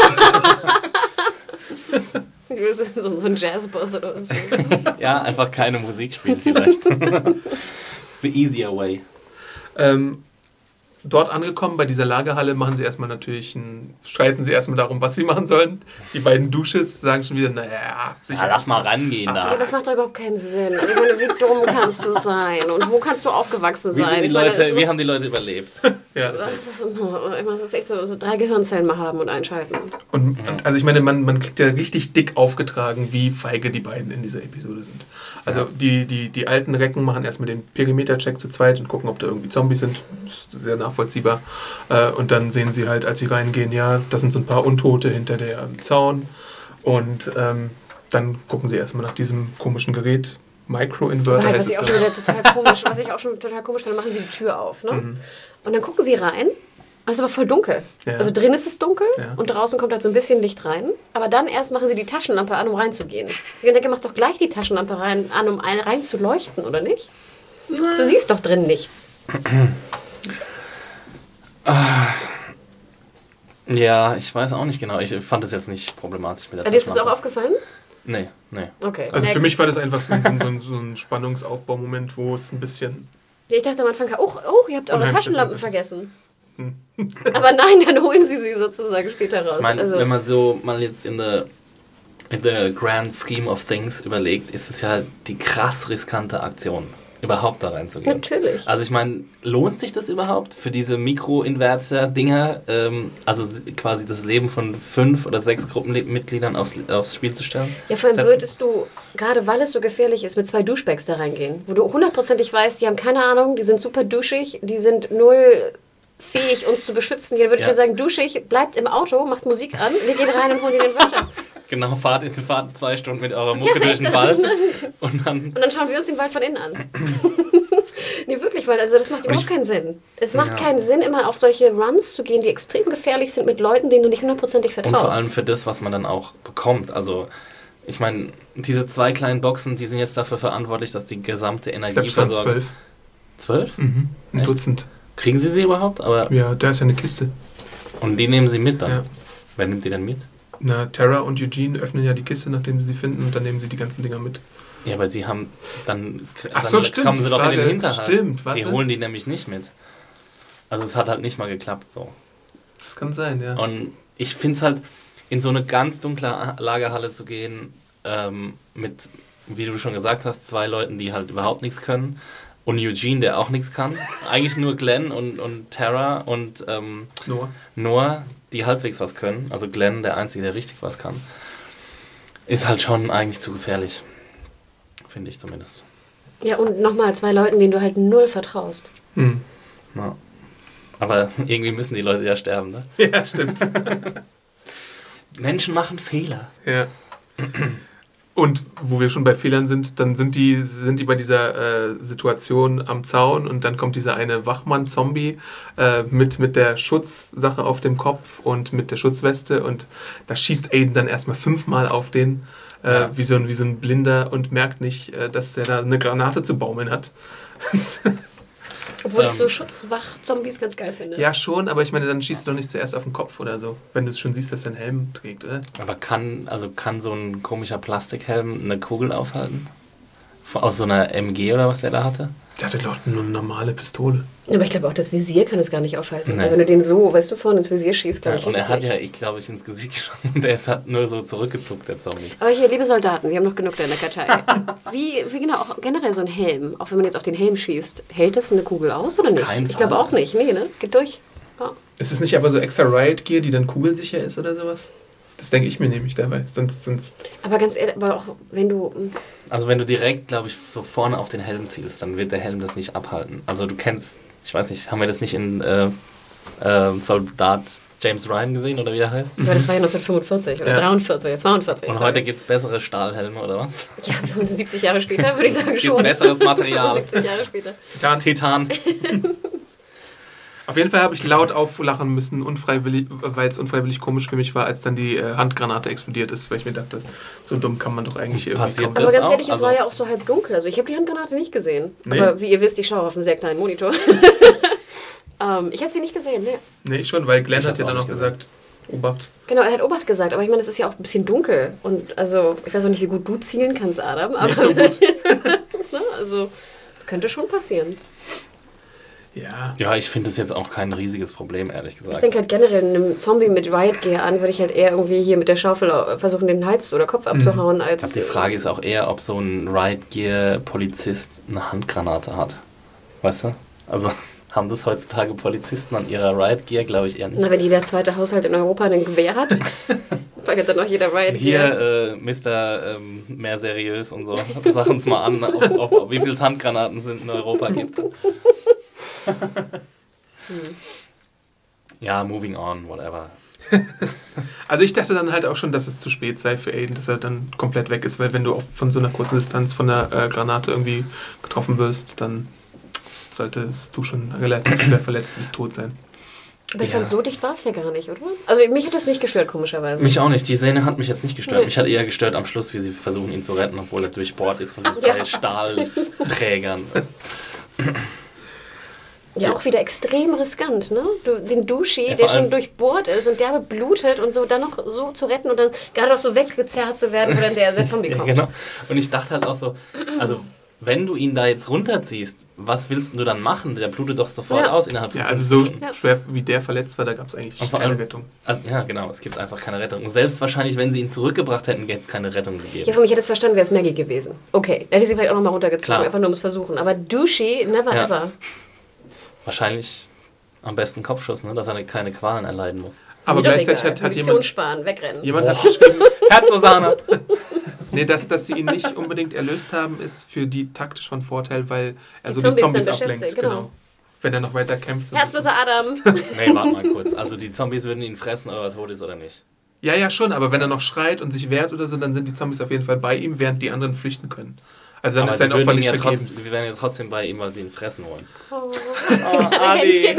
S2: Du bist so ein Jazzboss oder so.
S3: Ja, einfach keine Musik spielen vielleicht. The easier way.
S1: Dort angekommen, bei dieser Lagerhalle, streiten sie erstmal darum, was sie machen sollen. Die beiden Dusches sagen schon wieder, naja, sicher.
S3: Lass mal rangehen da.
S2: Aber das macht doch überhaupt keinen Sinn. Ich meine, wie dumm kannst du sein? Und wo kannst du aufgewachsen sein?
S3: Wie haben die Leute überlebt?
S1: Ja.
S2: Das ist echt so 3 Gehirnzellen mal haben und einschalten.
S1: Und also ich meine, man kriegt ja richtig dick aufgetragen, wie feige die beiden in dieser Episode sind. Also die alten Recken machen erstmal den Perimeter-Check zu zweit und gucken, ob da irgendwie Zombies sind. Das ist sehr nachvollziehbar. Und dann sehen sie halt, als sie reingehen, ja, das sind so ein paar Untote hinter dem Zaun. Und dann gucken sie erstmal nach diesem komischen Gerät. Micro-Inverter heißt es.
S2: Was ich auch schon total komisch finde, machen sie die Tür auf. Ne? Mhm. Und dann gucken sie rein. Es ist aber voll dunkel. Ja. Also drin ist es dunkel und draußen kommt halt so ein bisschen Licht rein. Aber dann erst machen sie die Taschenlampe an, um reinzugehen. Ich denke, mach doch gleich die Taschenlampe an, um rein zu leuchten, oder nicht? Du siehst doch drin nichts.
S3: Ja, ich weiß auch nicht genau. Ich fand das jetzt nicht problematisch mit der
S2: Taschenlampe. Dir ist das auch aufgefallen?
S3: Nee.
S2: Okay.
S1: Also für mich war das einfach so ein Spannungsaufbaumoment, wo es ein bisschen...
S2: Ja, ich dachte am Anfang, ihr habt eure Taschenlampen vergessen. Aber nein, dann holen sie sozusagen später raus.
S3: Ich meine, wenn man so mal jetzt in the grand scheme of things überlegt, ist es ja die krass riskante Aktion, überhaupt da reinzugehen.
S2: Natürlich.
S3: Also ich meine, lohnt sich das überhaupt für diese Mikro-Inverter-Dinger, also quasi das Leben von 5 oder 6 Gruppenmitgliedern aufs Spiel zu stellen?
S2: Ja, vor allem würdest du, gerade weil es so gefährlich ist, mit 2 Duschbags da reingehen, wo du 100%ig weißt, die haben keine Ahnung, die sind super duschig, die sind null fähig, uns zu beschützen. Hier würde ich ja sagen, duschig, bleibt im Auto, macht Musik an, wir gehen rein und holen den Inverter.
S3: Genau, fahrt 2 Stunden mit eurer Mucke durch den Wald. Und dann
S2: schauen wir uns den Wald von innen an. Nee, wirklich, weil das macht überhaupt keinen Sinn. Es macht keinen Sinn, immer auf solche Runs zu gehen, die extrem gefährlich sind mit Leuten, denen du nicht 100%ig vertraust.
S3: Und vor allem für das, was man dann auch bekommt. Also, ich meine, diese 2 kleinen Boxen, die sind jetzt dafür verantwortlich, dass die gesamte Energieversorgung...
S1: 12.
S3: 12?
S1: Mhm. Ein Dutzend.
S3: Kriegen sie überhaupt? Aber
S1: ja, da ist ja eine Kiste.
S3: Und die nehmen sie mit dann?
S1: Ja.
S3: Wer nimmt die denn mit?
S1: Na, Tara und Eugene öffnen ja die Kiste, nachdem sie finden, und dann nehmen sie die ganzen Dinger mit.
S3: Ja, weil sie haben dann
S1: kommen
S3: sie doch in den Hinterhalt.
S1: Stimmt, warte.
S3: Die holen die nämlich nicht mit. Also es hat halt nicht mal geklappt so.
S1: Das kann sein, ja.
S3: Und ich finde es halt, in so eine ganz dunkle Lagerhalle zu gehen, mit, wie du schon gesagt hast, 2 Leuten, die halt überhaupt nichts können, Und Eugene, der auch nichts kann. Eigentlich nur Glenn und Tara und Noah, die halbwegs was können. Also Glenn, der Einzige, der richtig was kann. Ist halt schon eigentlich zu gefährlich. Finde ich zumindest.
S2: Ja, und nochmal 2 Leuten, denen du halt null vertraust.
S3: Ja. Aber irgendwie müssen die Leute ja sterben, ne?
S1: Ja, stimmt.
S3: Menschen machen Fehler.
S1: Ja. Und wo wir schon bei Fehlern sind, dann sind die bei dieser Situation am Zaun und dann kommt dieser eine Wachmann-Zombie mit der Schutzsache auf dem Kopf und mit der Schutzweste und da schießt Aiden dann erstmal 5-mal auf den, wie so ein Blinder und merkt nicht, dass der da eine Granate zu baumeln hat.
S2: Obwohl ich so Schutzwach-Zombies ganz geil finde.
S1: Ja, schon, aber ich meine, dann schießt du doch nicht zuerst auf den Kopf oder so, wenn du es schon siehst, dass er einen Helm trägt, oder?
S3: Aber kann so ein komischer Plastikhelm eine Kugel aufhalten? Aus so einer MG oder was der da hatte?
S1: Der hatte doch nur eine normale Pistole.
S2: Aber ich glaube auch, das Visier kann es gar nicht aufhalten.
S3: Nee.
S2: Also wenn du den so, weißt du, vorne ins Visier schießt, glaube ich.
S3: Und er hat ja, ich glaube, ins Gesicht geschossen und er hat nur so zurückgezuckt, der Zombie.
S2: Aber hier, liebe Soldaten, wir haben noch genug da in der Kartei. Wie genau, auch generell so ein Helm, auch wenn man jetzt auf den Helm schießt, hält das eine Kugel aus oder nicht?
S3: Keinen
S2: Ich glaube
S3: Fall.
S2: auch nicht. Nee, ne? Es geht durch. Ja.
S1: Ist es nicht aber so extra Riot Gear, die dann kugelsicher ist oder sowas? Das denke ich mir nämlich dabei. Sonst.
S2: Aber ganz ehrlich, aber auch wenn du.
S3: Also wenn du direkt, glaube ich, so vorne auf den Helm zielst, dann wird der Helm das nicht abhalten. Also du kennst, ich weiß nicht, haben wir das nicht in Soldat James Ryan gesehen oder wie er heißt?
S2: Aber das war ja 1945 oder 43, 42.
S3: Und heute gibt es bessere Stahlhelme oder was?
S2: Ja, 75 Jahre später würde ich sagen
S3: Es
S2: schon.
S3: gibt besseres Material.
S2: 75 Jahre später.
S3: Titan.
S1: Auf jeden Fall habe ich laut auflachen müssen, weil es unfreiwillig komisch für mich war, als dann die Handgranate explodiert ist, weil ich mir dachte, so dumm kann man doch eigentlich irgendwie
S3: Passiert
S1: kaum
S2: Aber
S3: das
S2: ganz ehrlich,
S3: auch?
S2: es war ja auch so halb dunkel. Also ich habe die Handgranate nicht gesehen.
S1: Nee?
S2: Aber wie ihr wisst, ich schaue auf einem sehr kleinen Monitor. Ich habe sie nicht gesehen, ne.
S1: Nee, schon, weil Glenn
S3: Ich
S1: hat
S3: hab's
S1: ja
S3: auch
S1: dann
S3: nicht
S1: auch gesagt, Obacht.
S2: Genau, er hat Obacht gesagt, aber ich meine, es ist ja auch ein bisschen dunkel. Und also, ich weiß auch nicht, wie gut du zielen kannst, Adam. Aber
S1: Nicht so gut.
S2: ne, also, das könnte schon passieren.
S1: Ja.
S3: Ja, ich finde das jetzt auch kein riesiges Problem, ehrlich gesagt.
S2: Ich denke halt generell, einem Zombie mit Riot Gear an, würde ich halt eher irgendwie hier mit der Schaufel versuchen, den Hals oder Kopf abzuhauen,
S3: Ich
S2: als...
S3: glaube, die Frage ist auch eher, ob so ein Riot Gear Polizist eine Handgranate hat. Weißt du? Also haben das heutzutage Polizisten an ihrer Riot Gear, glaube ich eher nicht.
S2: Na, wenn jeder zweite Haushalt in Europa ein Gewehr hat, dann hat dann auch jeder Riot Gear.
S3: Hier, Mr. Mehr seriös und so. Sag uns mal an, wie viele Handgranaten es in Europa gibt. Ja, moving on, whatever.
S1: Also ich dachte dann halt auch schon, dass es zu spät sei für Aiden, dass er dann komplett weg ist, weil wenn du auch von so einer kurzen Distanz von der Granate irgendwie getroffen wirst, dann solltest du schon relativ schwer verletzt bis tot sein.
S2: Aber ich fand, so dicht war es ja gar nicht, oder? Also mich hat das nicht gestört, komischerweise.
S3: Mich auch nicht. Die Szene hat mich jetzt nicht gestört.
S2: Nee.
S3: Mich hat eher gestört am Schluss, wie sie versuchen, ihn zu retten, obwohl er durchbohrt ist von den zwei Stahlträgern.
S2: Ja, auch wieder extrem riskant, ne? Den Duschi,
S3: Ja,
S2: der
S3: vor allem-
S2: schon durchbohrt ist und derbe blutet und so, dann noch so zu retten und dann gerade auch so weggezerrt zu werden, wo dann der Zombie
S3: Ja,
S2: kommt.
S3: genau. Und ich dachte halt auch so, also wenn du ihn da jetzt runterziehst, was willst du dann machen? Der blutet doch sofort
S2: Ja.
S3: aus innerhalb von
S1: Ja,
S3: 5
S1: also so
S3: Minuten.
S1: schwer wie der verletzt war, da gab es eigentlich
S3: Und vor
S1: keine
S3: allem-
S1: Rettung.
S3: Ja, genau, es gibt einfach keine Rettung. Und selbst wahrscheinlich, wenn sie ihn zurückgebracht hätten, hätte es keine Rettung gegeben.
S2: Ja, für mich hätte es verstanden, wäre es Maggie gewesen. Okay, da hätte ich sie vielleicht auch nochmal runtergezogen,
S3: Klar.
S2: einfach nur ums Versuchen. Aber Duschi, never
S3: Ja.
S2: ever.
S3: Wahrscheinlich am besten Kopfschuss, ne? Dass er keine Qualen erleiden muss.
S1: Aber
S2: Mir doch
S1: gleichzeitig
S2: egal.
S1: hat
S2: Munition
S1: jemand
S2: sparen, wegrennen.
S1: hat geschrieben,
S3: Herz Susanne!
S1: nee, dass sie ihn nicht unbedingt erlöst haben, ist für die taktisch von Vorteil, weil er
S2: Die
S1: so
S2: Zombies
S1: die Zombies
S2: dann
S1: ablenkt.
S2: beschäftigt, genau.
S1: Wenn er noch weiter kämpft. So ein bisschen.
S2: Herzloser Adam.
S3: Nee, warte mal kurz. Also die Zombies würden ihn fressen, ob er tot ist oder nicht.
S1: Ja, ja, schon, aber wenn er noch schreit und sich wehrt oder so, dann sind die Zombies auf jeden Fall bei ihm, während die anderen flüchten können. Also dann
S3: Aber
S1: ist sein
S3: sie würden
S1: Opfer
S3: ihn
S1: nicht
S3: ja
S1: vergebens.
S3: sie wären ja trotzdem bei ihm, weil sie ihn fressen wollen.
S2: Adi.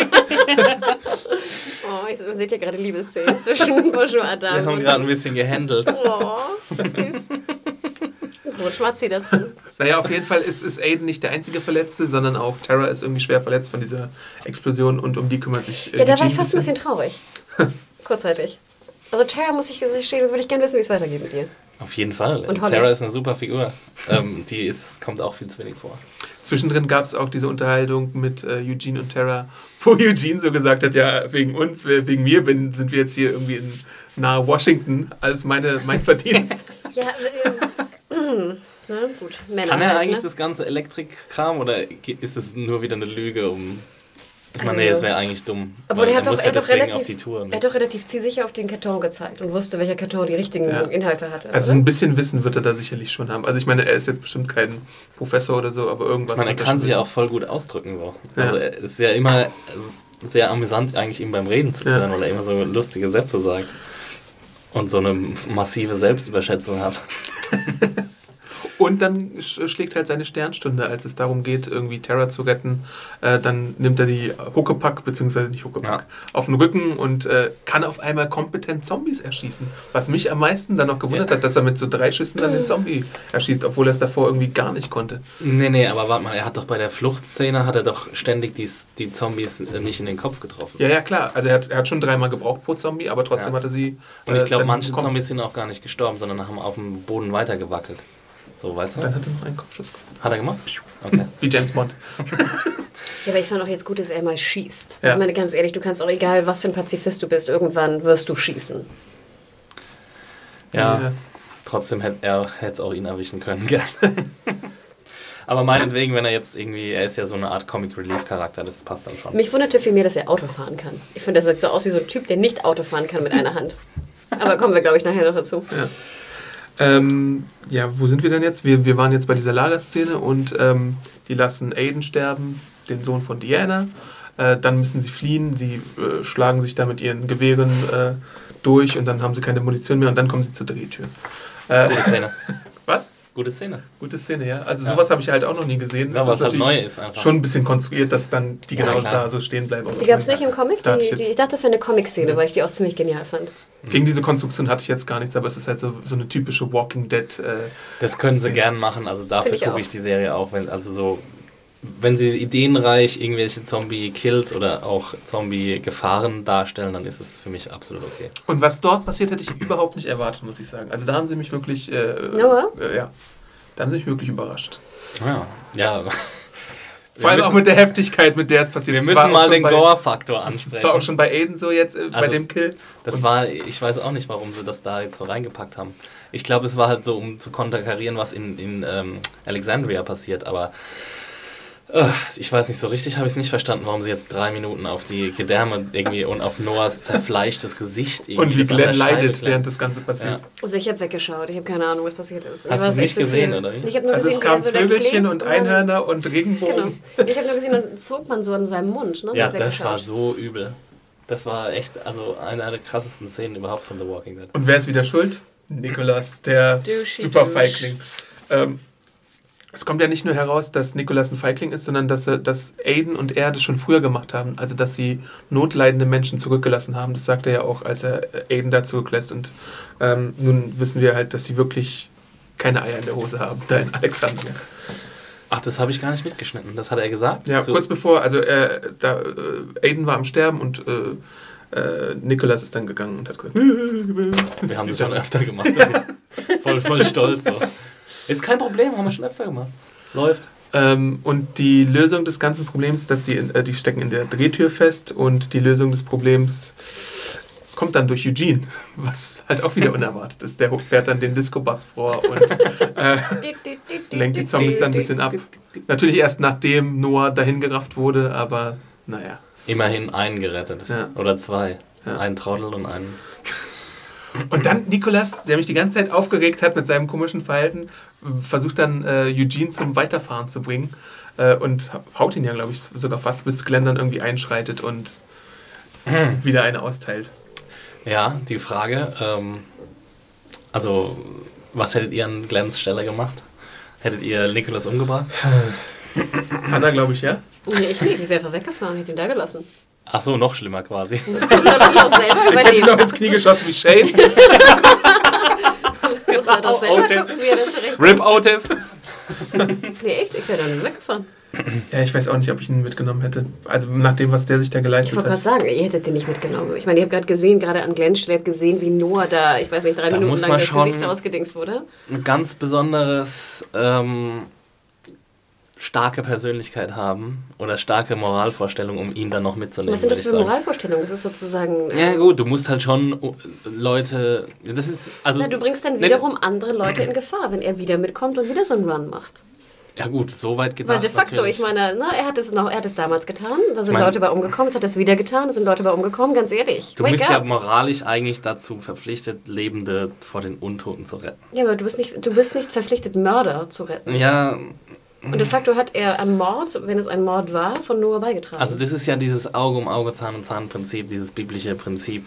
S2: Oh, man sieht ja gerade Liebesszenen zwischen Bosch und
S3: Wir
S2: Adam.
S3: haben gerade ein bisschen gehandelt.
S2: Oh, süß. Rot Schmatzi dazu.
S1: Naja, auf jeden Fall ist Aiden nicht der einzige Verletzte, sondern auch Tara ist irgendwie schwer verletzt von dieser Explosion und um die kümmert sich
S2: Ja, da war
S1: Eugene
S2: ich fast ein bisschen traurig. Kurzzeitig. Also Tara, muss ich gestehen, würde ich gerne wissen, wie es weitergeht mit ihr.
S3: Auf jeden Fall.
S2: Und Holly.
S3: Tara ist eine super Figur. Kommt auch viel zu wenig vor.
S1: Zwischendrin gab es auch diese Unterhaltung mit Eugene und Tara, wo Eugene so gesagt hat, ja, wegen uns, wegen mir sind wir jetzt hier irgendwie in nahe Washington, alles mein Verdienst.
S2: Ja, Na gut, Männer
S3: Kann er
S2: halt,
S3: eigentlich
S2: ne?
S3: das ganze Elektrikkram oder ist es nur wieder eine Lüge, Ich meine, nee, das wäre eigentlich dumm.
S2: Obwohl er hat doch
S3: relativ
S2: zielsicher auf den Karton gezeigt und wusste, welcher Karton die richtigen Inhalte hatte.
S1: Also ein bisschen Wissen wird er da sicherlich schon haben. Also ich meine, er ist jetzt bestimmt kein Professor oder so, aber irgendwas.
S3: Ich meine, er kann sich ja auch voll gut ausdrücken. So. Ja. Also es ist ja immer sehr amüsant, eigentlich ihm beim Reden zu hören, weil er immer so lustige Sätze sagt. Und so eine massive Selbstüberschätzung hat.
S1: Und dann schlägt halt seine Sternstunde, als es darum geht, irgendwie Terra zu retten. Dann nimmt er die Huckepack, beziehungsweise nicht Huckepack, auf den Rücken und kann auf einmal kompetent Zombies erschießen. Was mich am meisten dann noch gewundert hat, dass er mit so 3 Schüssen dann den Zombie erschießt, obwohl er es davor irgendwie gar nicht konnte.
S3: Nee, aber warte mal, er hat doch bei der Fluchtszene, hat er doch ständig die Zombies nicht in den Kopf getroffen.
S1: Ja, klar. Also er hat schon 3-mal gebraucht pro Zombie, aber trotzdem hat er sie...
S3: Und ich glaube, manche Zombies sind auch gar nicht gestorben, sondern haben auf dem Boden weitergewackelt. So, weißt du?
S1: Dann hat er noch einen Kopfschuss gemacht.
S3: Hat er gemacht? Okay.
S1: Wie James Bond.
S2: Ja, aber ich fand auch jetzt gut, dass er mal schießt.
S1: Ja.
S2: Ich meine, ganz ehrlich, du kannst auch, egal was für ein Pazifist du bist, irgendwann wirst du schießen.
S3: Ja. Trotzdem hätte es auch ihn erwischen können, gerne. Aber meinetwegen, wenn er jetzt irgendwie, er ist ja so eine Art Comic-Relief-Charakter, das passt dann schon.
S2: Mich wunderte vielmehr, dass er Auto fahren kann. Ich finde, das sieht so aus wie so ein Typ, der nicht Auto fahren kann mit einer Hand. Aber kommen wir, glaube ich, nachher noch dazu.
S1: Ja. Wo sind wir denn jetzt? Wir waren jetzt bei dieser Lagerszene und die lassen Aiden sterben, den Sohn von Diana. Dann müssen sie fliehen, sie schlagen sich da mit ihren Gewehren durch und dann haben sie keine Munition mehr und dann kommen sie zur Drehtür.
S3: Gute Szene.
S1: Was?
S3: Gute Szene.
S1: Gute Szene, ja. Also sowas habe ich halt auch noch nie gesehen.
S3: Das ist halt neu ist einfach.
S1: Schon ein bisschen konstruiert, dass dann die genau da so stehen bleiben.
S2: Die gab es nicht im Comic? Ich dachte, das wäre eine Comic-Szene,
S1: Ja.
S2: weil ich die auch ziemlich genial fand.
S1: Gegen diese Konstruktion hatte ich jetzt gar nichts, aber es ist halt so eine typische Walking Dead
S3: das können sie
S1: Szene.
S3: gern machen, also dafür gucke ich
S2: auch.
S3: die Serie auch. Wenn sie ideenreich irgendwelche Zombie-Kills oder auch Zombie-Gefahren darstellen, dann ist es für mich absolut okay.
S1: Und was dort passiert, hätte ich überhaupt nicht erwartet, muss ich sagen. Also da haben sie mich wirklich...
S2: Noah?
S1: Da haben sie mich wirklich überrascht.
S3: Ja.
S1: Vor allem auch mit der Heftigkeit, mit der es passiert ist.
S3: Wir müssen mal den Gore-Faktor ansprechen.
S1: Das war auch schon bei Aiden so jetzt, bei dem Kill.
S3: Ich weiß auch nicht, warum sie das da jetzt so reingepackt haben. Ich glaube, es war halt so, um zu konterkarieren, was in Alexandria passiert, aber ich weiß nicht, so richtig habe ich es nicht verstanden, warum sie jetzt 3 Minuten auf die Gedärme irgendwie und auf Noahs zerfleischtes Gesicht irgendwie...
S1: Und wie Glenn leidet, während das Ganze passiert.
S3: Ja.
S2: Also ich habe weggeschaut, ich habe keine Ahnung, was passiert ist.
S3: Hast du es nicht gesehen, oder wie?
S2: Ich habe nur
S1: Also
S2: gesehen,
S1: es kamen
S2: wie er so da
S1: Vögelchen
S2: klebt
S1: und Einhörner und Regenbogen.
S2: Genau. Ich habe nur gesehen, dann zog man so an seinem Mund. Ne?
S3: Ja,
S2: Ich hab
S3: das war
S2: weggeschaut.
S3: so übel. Das war echt eine der krassesten Szenen überhaupt von The Walking Dead.
S1: Und wer ist wieder schuld? Nicholas, der Super-Feigling. Es kommt ja nicht nur heraus, dass Nicholas ein Feigling ist, sondern dass Aiden und er das schon früher gemacht haben. Also, dass sie notleidende Menschen zurückgelassen haben. Das sagt er ja auch, als er Aiden da zurücklässt. Und nun wissen wir halt, dass sie wirklich keine Eier in der Hose haben, da in Alexandria.
S3: Ach, das habe ich gar nicht mitgeschnitten. Das hat er gesagt?
S1: Ja, kurz bevor, also Aiden war am Sterben und Nicholas ist dann gegangen und hat gesagt,
S3: wir haben das schon öfter gemacht. Ja. Voll stolz. So. Ist kein Problem, haben wir schon öfter gemacht. Läuft.
S1: Und die Lösung des ganzen Problems, dass die stecken in der Drehtür fest und die Lösung des Problems kommt dann durch Eugene, was halt auch wieder unerwartet ist. Der fährt dann den Disco-Bus vor und lenkt die Zombies dann ein bisschen ab. Natürlich erst nachdem Noah dahin gerafft wurde, aber naja.
S3: Immerhin einen gerettet.
S1: Ja.
S3: Oder 2.
S1: Ja.
S3: Einen Trottel und einen...
S1: Und dann Nicholas, der mich die ganze Zeit aufgeregt hat mit seinem komischen Verhalten, versucht dann Eugene zum Weiterfahren zu bringen und haut ihn ja, glaube ich, sogar fast, bis Glenn dann irgendwie einschreitet und wieder eine austeilt.
S3: Ja, die Frage, was hättet ihr an Glenns Stelle gemacht? Hättet ihr Nicholas umgebracht?
S1: Anna, glaube ich, ja?
S2: Nee, ich nicht. Ich wäre einfach weggefahren, hätte ihn da gelassen.
S3: Ach so, noch schlimmer quasi.
S2: Das soll doch noch selber
S1: Ich hätte ihn noch ins Knie geschossen wie Shane.
S2: Das soll doch selber
S3: Otis.
S2: gucken, wie er das zurecht...
S3: RIP Otis!
S2: Nee, echt? Ich wäre dann weggefahren.
S1: Ja, ich weiß auch nicht, ob ich ihn mitgenommen hätte. Also nach dem, was der sich da
S2: Ich
S1: geleistet
S2: wollte gerade
S1: hat.
S2: sagen, ihr hättet den nicht mitgenommen. Ich meine, ihr habt gerade gesehen, gerade an Glenn's Stelle, ihr habt gesehen, wie Noah da, ich weiß nicht, 3
S3: Da
S2: Minuten
S3: muss
S2: lang
S3: man
S2: das
S3: schon-
S2: Gesicht ausgedingst wurde.
S3: Ein ganz besonderes starke Persönlichkeit haben oder starke Moralvorstellungen, um ihn dann noch mitzunehmen.
S2: Was sind das für Moralvorstellungen? Das ist sozusagen...
S3: Ja gut, du musst halt schon Leute... Das ist, also,
S2: du bringst dann wiederum andere Leute in Gefahr, wenn er wieder mitkommt und wieder so einen Run macht.
S3: Ja gut, so weit gedacht.
S2: Weil de facto,
S3: natürlich.
S2: ich meine, er hat es damals getan, da sind Leute bei umgekommen, es hat es wieder getan, da sind Leute bei umgekommen, ganz ehrlich.
S3: Du bist ja moralisch eigentlich dazu verpflichtet, Lebende vor den Untoten zu retten.
S2: Ja, aber du bist nicht verpflichtet, Mörder zu retten.
S3: Ja...
S2: Und de facto hat er am Mord, wenn es ein Mord war, von Noah beigetragen.
S3: Also das ist ja dieses Auge um Auge, Zahn um Zahn Prinzip, dieses biblische Prinzip,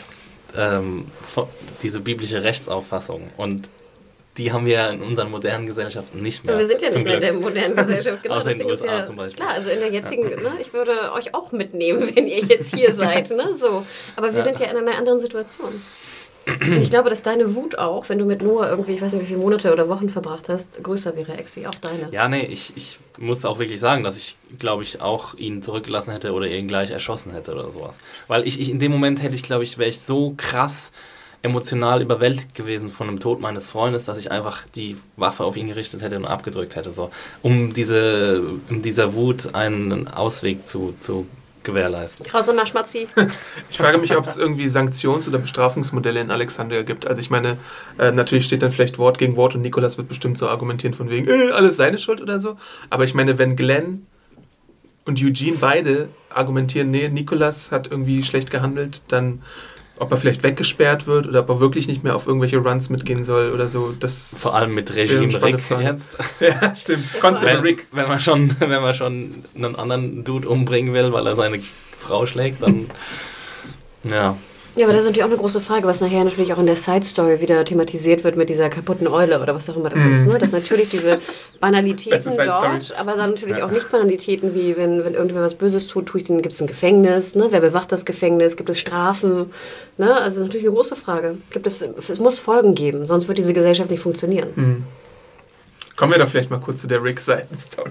S3: diese biblische Rechtsauffassung. Und die haben wir in unseren modernen Gesellschaften nicht mehr.
S2: Aber wir sind ja nicht mehr in der modernen Gesellschaft. Genau,
S3: außer in den USA zum Beispiel.
S2: Klar, also in der jetzigen, ich würde euch auch mitnehmen, wenn ihr jetzt hier seid. So. Aber wir sind ja in einer anderen Situation. Und ich glaube, dass deine Wut auch, wenn du mit Noah irgendwie, ich weiß nicht, wie viele Monate oder Wochen verbracht hast, größer wäre, Exi, auch deine.
S3: Ja, nee, ich muss auch wirklich sagen, dass ich, glaube ich, auch ihn zurückgelassen hätte oder ihn gleich erschossen hätte oder sowas. Weil ich in dem Moment wäre ich so krass emotional überwältigt gewesen von dem Tod meines Freundes, dass ich einfach die Waffe auf ihn gerichtet hätte und abgedrückt hätte, so, um dieser Wut einen Ausweg zu gewährleisten.
S2: Raus und Schmatzi.
S1: Ich frage mich, ob es irgendwie Sanktions- oder Bestrafungsmodelle in Alexandria gibt. Also ich meine, natürlich steht dann vielleicht Wort gegen Wort und Nikolas wird bestimmt so argumentieren von wegen, alles seine Schuld oder so. Aber ich meine, wenn Glenn und Eugene beide argumentieren, nee, Nikolas hat irgendwie schlecht gehandelt, dann ob er vielleicht weggesperrt wird oder ob er wirklich nicht mehr auf irgendwelche Runs mitgehen soll oder so. Das
S3: vor allem mit Regime Rick jetzt.
S1: Ja, stimmt. Constable Rick.
S3: Wenn man schon einen anderen Dude umbringen will, weil er seine Frau schlägt, dann ja.
S2: Ja, aber das ist natürlich auch eine große Frage, was nachher natürlich auch in der Side-Story wieder thematisiert wird mit dieser kaputten Eule oder was auch immer das ist. Ne? Dass natürlich diese Banalitäten dort, aber dann natürlich auch nicht Banalitäten wie, wenn irgendjemand was Böses tut, gibt es ein Gefängnis, ne? Wer bewacht das Gefängnis, gibt es Strafen? Ne? Also das ist natürlich eine große Frage. Es muss Folgen geben, sonst wird diese Gesellschaft nicht funktionieren.
S1: Mhm. Kommen wir doch vielleicht mal kurz zu der Rick-Seiten-Story.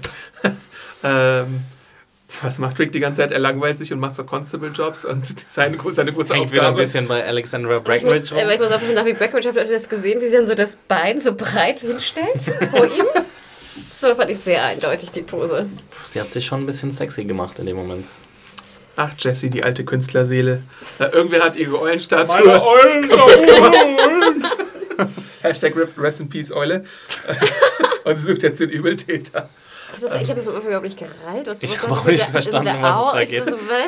S1: Was macht Rick die ganze Zeit? Er langweilt sich und macht so Constable-Jobs und seine große Aufgabe.
S3: Hängt wieder ein bisschen bei Alexandra Breckenridge
S2: rum. Ich muss aufpassen, nach wie Breckenridge, habt ihr das gesehen, wie sie dann so das Bein so breit hinstellt vor ihm? So fand ich sehr eindeutig, die Pose.
S3: Sie hat sich schon ein bisschen sexy gemacht in dem Moment.
S1: Ach, Jessie, die alte Künstlerseele. Irgendwer hat ihre Eulenstatue.
S3: Meine Eulen!
S1: Hashtag Rest in Peace Eule. Und sie sucht jetzt den Übeltäter.
S2: Ich habe das überhaupt nicht gereilt.
S3: Ich habe auch nicht verstanden, was es da geht.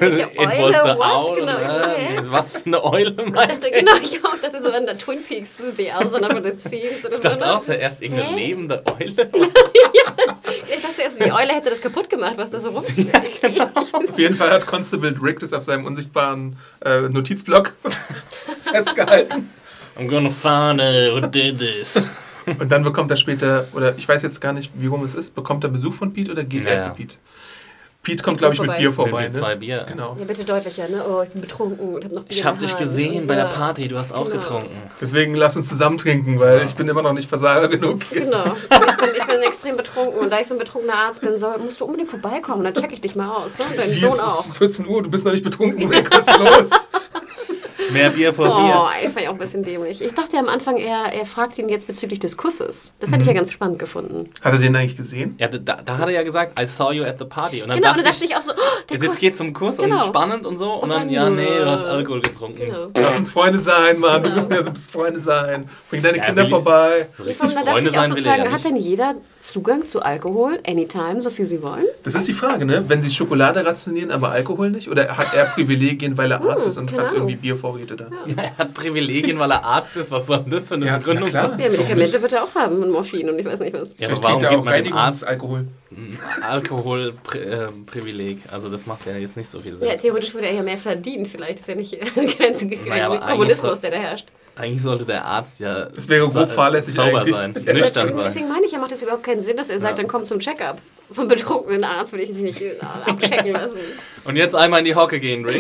S3: Was für eine Eule meint
S2: Genau, ich dachte so an der Twin Peaks, The Owl, sondern von den Thieves.
S3: Ich dachte auch erst irgendeine lebende Eule.
S2: Ich dachte zuerst, die Eule hätte das kaputt gemacht, was da so rumfliegt.
S1: Ja, genau. Auf jeden Fall hat Constable Rick das auf seinem unsichtbaren Notizblock festgehalten.
S3: I'm gonna find out who did this.
S1: Und dann bekommt er später, oder ich weiß jetzt gar nicht, wie rum es ist, bekommt er Besuch von Pete oder geht er zu Pete? Pete kommt, glaube ich, mit Bier vorbei.
S3: Mit 2 Bier.
S1: Genau.
S2: Ja, bitte deutlicher, ne? Oh, ich bin betrunken und habe noch Bier.
S3: Ich habe dich gesehen bei der Party, du hast auch getrunken.
S1: Deswegen lass uns zusammen trinken, weil ich bin immer noch nicht Versager genug.
S2: Genau. Ich bin extrem betrunken und da ich so ein betrunkener Arzt bin, musst du unbedingt vorbeikommen, dann check ich dich mal aus. Ne? Dein Sohn auch.
S1: 14 Uhr, du bist noch nicht betrunken, Rick, was ist los?
S3: Mehr Bier vor 4.
S2: Oh, ich fand ich auch ein bisschen dämlich. Ich dachte ja am Anfang, er fragt ihn jetzt bezüglich des Kusses. Das hätte ich ja ganz spannend gefunden.
S1: Hat er den eigentlich gesehen?
S3: Ja, da hat er ja gesagt, I saw you at the party. Und dann
S2: genau, dachte ich auch so, der
S3: Kuss. Jetzt geht's zum Kuss und spannend und so. Und dann, ja, nee, du hast Alkohol getrunken.
S1: Genau. Lass uns Freunde sein, Mann. Wir müssen ja so ein bisschen Freunde sein. Bring deine Kinder vorbei.
S3: So richtig Freunde sein will er ja nicht.
S2: Hat denn jeder Zugang zu Alkohol, anytime, so viel sie wollen?
S1: Das ist die Frage, ne? Wenn sie Schokolade rationieren, aber Alkohol nicht? Oder hat er Privilegien, weil er Arzt ist und hat irgendwie Biervorräte da?
S3: Ja, er hat Privilegien, weil er Arzt ist. Was soll das für eine Begründung sein?
S2: Ja, Medikamente wird er auch haben und Morphin und ich weiß nicht was.
S3: Ja, aber warum gibt man dem Arzt
S1: Alkohol?
S3: Alkoholprivileg. Also das macht ja jetzt nicht so viel Sinn.
S2: Ja, theoretisch würde er ja mehr verdienen. Vielleicht ist ja nicht kein Kommunismus, der da herrscht.
S3: Eigentlich sollte der Arzt ja
S1: das wäre grob fahrlässig
S3: sauber sein, nüchtern sein.
S2: Deswegen meine ich, macht es überhaupt keinen Sinn, dass er sagt, dann komm zum Check-up. Vom betrunkenen Arzt will ich mich nicht abchecken lassen.
S3: Und jetzt einmal in die Hocke gehen, Rick.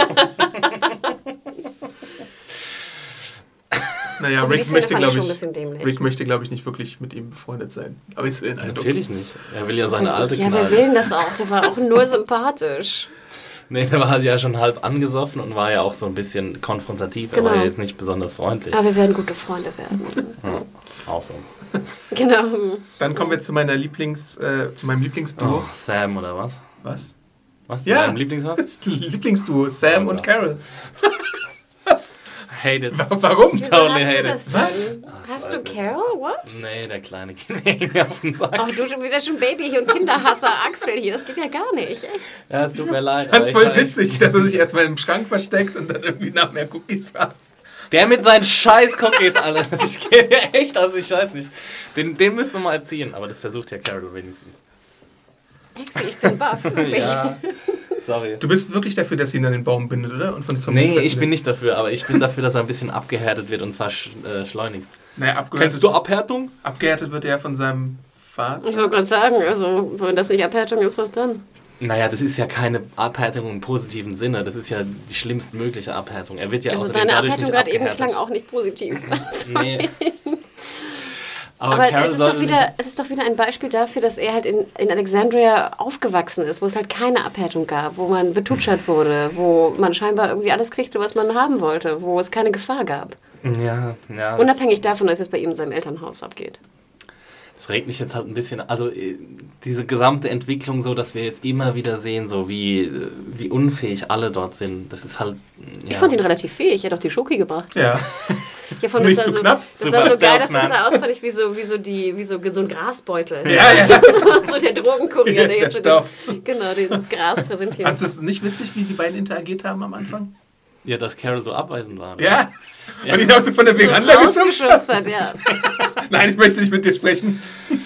S1: Naja, also Rick möchte, glaube ich, nicht wirklich mit ihm befreundet sein. Aber ich will
S3: Natürlich nicht. Er will ja seine alte
S2: Ja, wer will denn das auch? Der war auch nur sympathisch.
S3: Nee, der war ja schon halb angesoffen und war ja auch so ein bisschen konfrontativ.
S2: Genau.
S3: Er war jetzt nicht besonders freundlich.
S2: Aber wir werden gute Freunde werden.
S3: Ja, awesome.
S2: Genau.
S1: Dann kommen wir zu meinem Lieblingsduo.
S3: Oh, Sam oder was?
S1: Was?
S3: Was?
S1: Ja.
S3: Dein Lieblingswas?
S1: Das Lieblingsduo, Sam
S3: Oh
S1: und
S3: Gott.
S1: Carol. Was?
S3: Hate it.
S1: Warum?
S2: Wieso
S3: Totally
S2: hast du
S3: hate
S2: das
S3: it.
S2: denn?
S1: Was?
S2: Hast du Carol? What?
S3: Nee, der Kleine geht mir irgendwie auf den Sack.
S2: Oh, du schon wieder schon Baby und Kinderhasser Axel hier. Das geht ja gar nicht. Echt.
S3: Ja, es tut mir leid.
S1: Ich fand's
S3: aber
S1: voll
S3: ich-
S1: witzig, dass er sich erstmal im Schrank versteckt und dann irgendwie nach mehr Cookies fragt.
S3: Der mit seinen scheiß Cookies, Alter. Ich gehe ja echt, also ich weiß nicht. Den müssen wir mal erziehen, aber das versucht ja Carol wenigstens.
S2: Axel, ich bin baff. Wirklich.
S3: Ja, sorry.
S1: Du bist wirklich dafür, dass sie ihn an den Baum bindet, oder? Und von Zombies
S3: Nee,
S1: fressen
S3: ich bin
S1: lässt?
S3: nicht dafür, aber ich bin dafür, dass er ein bisschen abgehärtet wird und zwar schleunigst.
S1: Naja,
S3: Abhärtung?
S1: abgehärtet wird er von seinem Vater.
S2: Ich wollte gerade sagen, also wenn das nicht Abhärtung ist, was dann?
S3: Naja, das ist ja keine Abhärtung im positiven Sinne, das ist ja die schlimmstmögliche Abhärtung. Er wird ja
S2: Also
S3: außerdem
S2: deine
S3: dadurch
S2: Abhärtung
S3: nicht
S2: gerade eben
S3: abgehärtet.
S2: klang auch nicht positiv.
S3: Nee.
S2: Aber
S3: Carol sollte nicht-
S2: es ist doch wieder ein Beispiel dafür, dass er halt in Alexandria aufgewachsen ist, wo es halt keine Abhärtung gab, wo man betutschert wurde, wo man scheinbar irgendwie alles kriegte, was man haben wollte, wo es keine Gefahr gab.
S3: Ja, das-
S2: Unabhängig davon, dass es bei ihm in seinem Elternhaus abgeht.
S3: Das regt mich jetzt halt ein bisschen, also diese gesamte Entwicklung so, dass wir jetzt immer wieder sehen, so wie unfähig alle dort sind, das ist halt, ja.
S2: Ich fand ihn relativ fähig, er hat doch die Schoki gebracht.
S1: Ja.
S2: Ja, von
S1: Nicht
S2: das
S1: zu
S2: sah so,
S1: knapp?
S2: das war so
S3: Super
S2: geil, dass
S3: Stealth,
S2: das
S3: man.
S2: sah aus, fand ich, wie so ein Grasbeutel.
S1: Ja, ja.
S2: So der Drogenkurier, der
S1: Der
S2: jetzt so
S1: Stoff.
S2: genau, das Gras präsentiert.
S1: Fandest du es nicht witzig, wie die beiden interagiert haben am Anfang?
S3: Ja, dass Carol so abweisend war.
S1: Ja.
S3: Ja.
S1: Und ihn auch so von der
S2: So
S1: Veranda geschubst
S2: rausgeschubst
S1: hast.
S2: hat, ja.
S1: Nein, ich möchte nicht mit dir sprechen.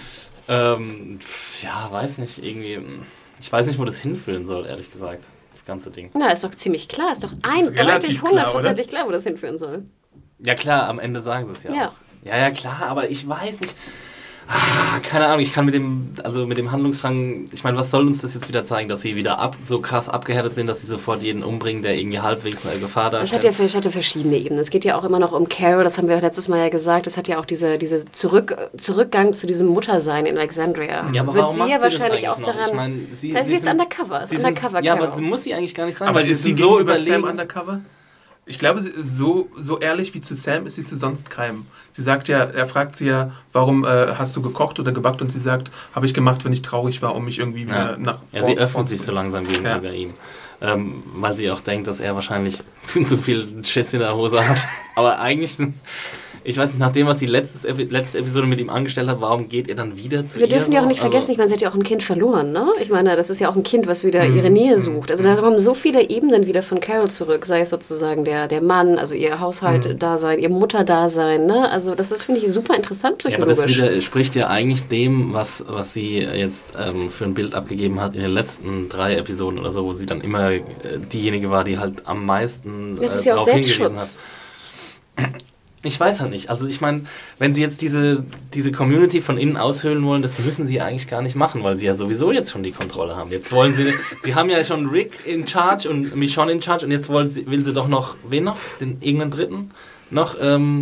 S3: Ja, weiß nicht, irgendwie, ich weiß nicht, wo das hinführen soll, ehrlich gesagt, das ganze Ding.
S2: Na, ist doch ziemlich klar, ist doch
S1: ist
S2: eindeutig
S1: relativ klar,
S2: hundertprozentig klar, wo das hinführen soll.
S3: Ja klar, am Ende sagen sie es ja,
S2: Ja.
S3: auch. Ja, klar, aber ich weiß nicht. Keine Ahnung, ich kann mit dem Handlungsstrang, ich meine, was soll uns das jetzt wieder zeigen, dass sie wieder so krass abgehärtet sind, dass sie sofort jeden umbringen, der irgendwie halbwegs eine Gefahr
S2: Das
S3: darstellt.
S2: hat ja verschiedene Ebenen. Es geht ja auch immer noch um Carol, das haben wir auch letztes Mal ja gesagt. Es hat ja auch diese Zurückgang zu diesem Muttersein in Alexandria.
S3: Ja, aber
S2: Wird
S3: warum
S2: sie
S3: macht
S2: ja
S3: sie das
S2: wahrscheinlich auch
S3: eigentlich noch?
S2: daran.
S3: Ich meine, sie
S2: ist jetzt
S3: sind-
S2: undercover. Ist
S3: sie sind-
S2: undercover
S3: Ja,
S2: Carol.
S3: aber muss sie eigentlich gar nicht sein.
S1: Aber
S3: weil
S1: ist sie
S3: sind so
S1: gegenüber Sam
S3: überlegen.
S1: undercover? Ich glaube, so ehrlich wie zu Sam ist sie zu sonst keinem. Sie sagt ja, er fragt sie ja, warum hast du gekocht oder gebackt? Und sie sagt, habe ich gemacht, wenn ich traurig war, um mich irgendwie wieder nach
S3: Ja, sie öffnet sich so langsam gegenüber
S1: Ja.
S3: ihm. Weil sie auch denkt, dass er wahrscheinlich zu viel Schiss in der Hose hat. Aber eigentlich, ich weiß nicht, nach dem, was sie letzte Episode mit ihm angestellt hat, warum geht er dann wieder zu ihr?
S2: Wir dürfen ja auch nicht
S3: Also,
S2: vergessen, ich meine, sie hat ja auch ein Kind verloren, ne? Ich meine, das ist ja auch ein Kind, was wieder ihre Nähe sucht. Also da kommen so viele Ebenen wieder von Carol zurück, sei es sozusagen der Mann, also ihr Haushalt-Dasein, ihr Mutter-Dasein, ne? Also das ist, finde ich, super interessant
S3: Ja, aber das
S2: psychologisch.
S3: widerspricht ja eigentlich dem, was sie jetzt für ein Bild abgegeben hat in den letzten 3 Episoden oder so, wo sie dann immer diejenige war, die halt am meisten
S2: Das ist ja auch
S3: darauf hingewiesen
S2: Selbstschutz.
S3: hat. Ich weiß halt nicht. Also ich meine, wenn sie jetzt diese Community von innen aushöhlen wollen, das müssen sie eigentlich gar nicht machen, weil sie ja sowieso jetzt schon die Kontrolle haben. Jetzt wollen sie haben ja schon Rick in charge und Michonne in charge und jetzt will sie doch noch, wen noch? Irgendeinen Dritten? Noch,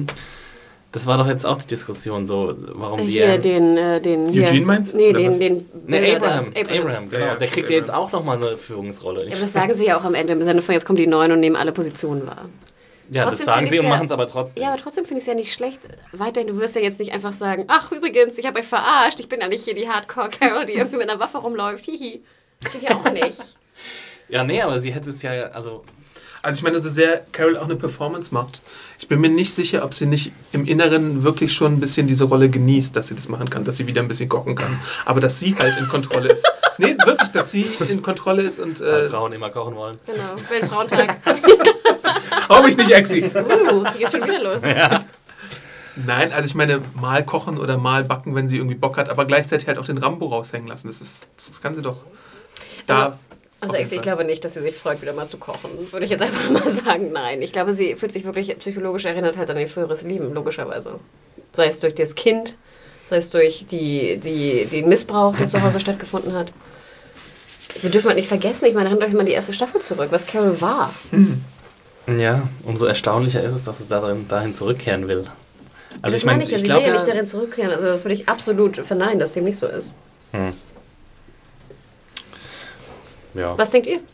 S3: das war doch jetzt auch die Diskussion, so, warum die...
S2: Hier, den
S1: Eugene meinst du?
S2: Nee,
S1: Oder was?
S3: Ne, Abraham,
S2: Abraham.
S3: genau.
S1: Ja,
S3: Der kriegt ja jetzt auch nochmal eine Führungsrolle.
S2: Ja, aber das sagen sie ja auch am Ende im Sinne von, jetzt kommen die Neuen und nehmen alle Positionen wahr.
S3: Ja, das
S2: Trotzdem
S3: sagen
S2: find
S3: sie
S2: ich's
S3: und
S2: ja-
S3: machen es aber trotzdem.
S2: Ja, aber trotzdem finde ich es ja nicht schlecht. Weiterhin, du wirst ja jetzt nicht einfach sagen, ach übrigens, ich habe euch verarscht, ich bin ja nicht hier die Hardcore-Carol, die irgendwie mit einer Waffe rumläuft, hihi. Geht ja auch nicht.
S3: Ja, nee, aber sie hätte es ja, also...
S1: Also ich meine, so sehr Carol auch eine Performance macht. Ich bin mir nicht sicher, ob sie nicht im Inneren wirklich schon ein bisschen diese Rolle genießt, dass sie das machen kann, dass sie wieder ein bisschen kochen kann. Aber dass sie halt in Kontrolle ist. Nee, wirklich, dass sie in Kontrolle ist und...
S3: Weil Frauen immer kochen wollen.
S2: Genau, Weltfrauentag.
S1: hau mich nicht, Exi!
S2: Hier geht's schon wieder los.
S1: Nein, also ich meine, mal kochen oder mal backen, wenn sie irgendwie Bock hat, aber gleichzeitig halt auch den Rambo raushängen lassen. Das kann sie doch da...
S2: Also
S1: auf jeden
S2: ich
S1: Fall.
S2: glaube nicht, dass sie sich freut, wieder mal zu kochen. Würde ich jetzt einfach mal sagen, nein. Ich glaube, sie fühlt sich wirklich psychologisch erinnert halt an ihr früheres Leben, logischerweise. Sei es durch das Kind, sei es durch den Missbrauch, der zu Hause stattgefunden hat. Wir dürfen halt nicht vergessen, ich meine, erinnert euch mal an die erste Staffel zurück, was Carol war.
S3: Ja, umso erstaunlicher ist es, dass es dahin zurückkehren will. Also
S2: Das meine ich ja, sie will ja nicht darin zurückkehren. Also das würde ich absolut verneinen, dass dem nicht so ist.
S3: Ja.
S2: Was denkt ihr?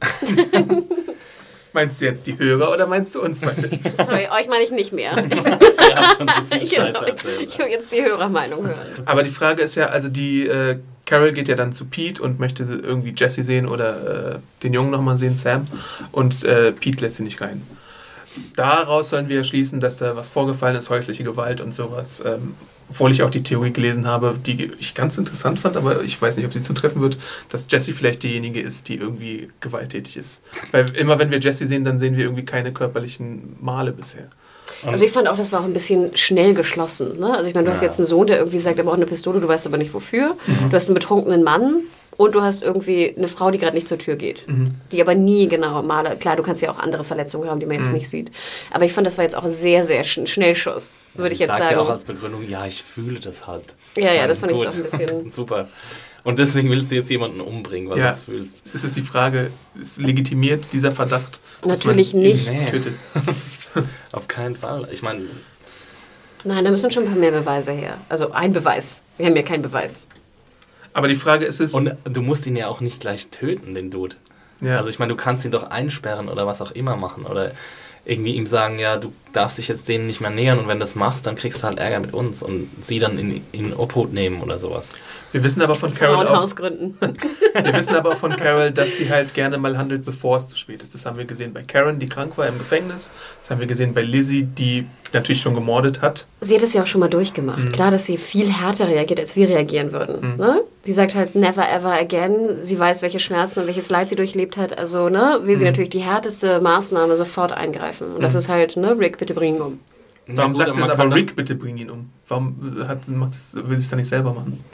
S1: Meinst du jetzt die Hörer oder meinst du uns beide?
S2: Sorry, euch meine ich nicht mehr.
S3: Ihr habt schon zu viel
S2: Genau,
S3: Scheiße erzählt.
S2: ich will jetzt die Hörermeinung hören.
S1: Aber die Frage ist ja, also die Carol geht ja dann zu Pete und möchte irgendwie Jesse sehen oder den Jungen nochmal sehen, Sam. Und Pete lässt sie nicht rein. Daraus sollen wir schließen, dass da was vorgefallen ist, häusliche Gewalt und sowas. Obwohl ich auch die Theorie gelesen habe, die ich ganz interessant fand, aber ich weiß nicht, ob sie zutreffen wird, dass Jessie vielleicht diejenige ist, die irgendwie gewalttätig ist. Weil immer wenn wir Jessie sehen, dann sehen wir irgendwie keine körperlichen Male bisher.
S2: Also ich fand auch, das war auch ein bisschen schnell geschlossen. Ne? Also ich meine, du hast jetzt einen Sohn, der irgendwie sagt, er braucht eine Pistole, du weißt aber nicht wofür. Du hast einen betrunkenen Mann und du hast irgendwie eine Frau, die gerade nicht zur Tür geht. Die aber nie genau Male, klar, du kannst ja auch andere Verletzungen haben, die man jetzt nicht sieht. Aber ich fand, das war jetzt auch sehr, sehr Schnellschuss, würde ich jetzt sagen.
S3: Sie sagt ja auch als Begründung, ja, ich fühle das halt.
S2: Ja, das fand ich auch ein bisschen...
S3: Super. Und deswegen willst du jetzt jemanden umbringen, weil du es fühlst.
S1: Es ist die Frage, ist legitimiert dieser Verdacht?
S2: Natürlich nicht.
S1: Tötet?
S3: Auf keinen Fall. Ich meine...
S2: Nein, da müssen schon ein paar mehr Beweise her. Also ein Beweis. Wir haben ja keinen Beweis.
S1: Aber die Frage ist es...
S3: Und du musst ihn ja auch nicht gleich töten, den Dude.
S1: Ja.
S3: Also ich meine, du kannst ihn doch einsperren oder was auch immer machen. Oder irgendwie ihm sagen, ja, du darfst dich jetzt denen nicht mehr nähern und wenn du das machst, dann kriegst du halt Ärger mit uns und sie dann in Obhut nehmen oder sowas.
S1: Wir wissen aber von Carol
S2: Frauenhausgründen.
S1: Wir wissen aber auch von Carol, dass sie halt gerne mal handelt, bevor es zu spät ist. Das haben wir gesehen bei Karen, die krank war im Gefängnis. Das haben wir gesehen bei Lizzie, die natürlich schon gemordet hat.
S2: Sie hat es ja auch schon mal durchgemacht. Klar, dass sie viel härter reagiert, als wir reagieren würden. Ne? Sie sagt halt never ever again. Sie weiß, welche Schmerzen und welches Leid sie durchlebt hat. Also will sie natürlich die härteste Maßnahme sofort eingreifen. Und das ist halt, Rick, bitte bring ihn um.
S1: Warum sagt sie dann aber Rick, bitte bring ihn um? Warum will sie es dann nicht selber machen?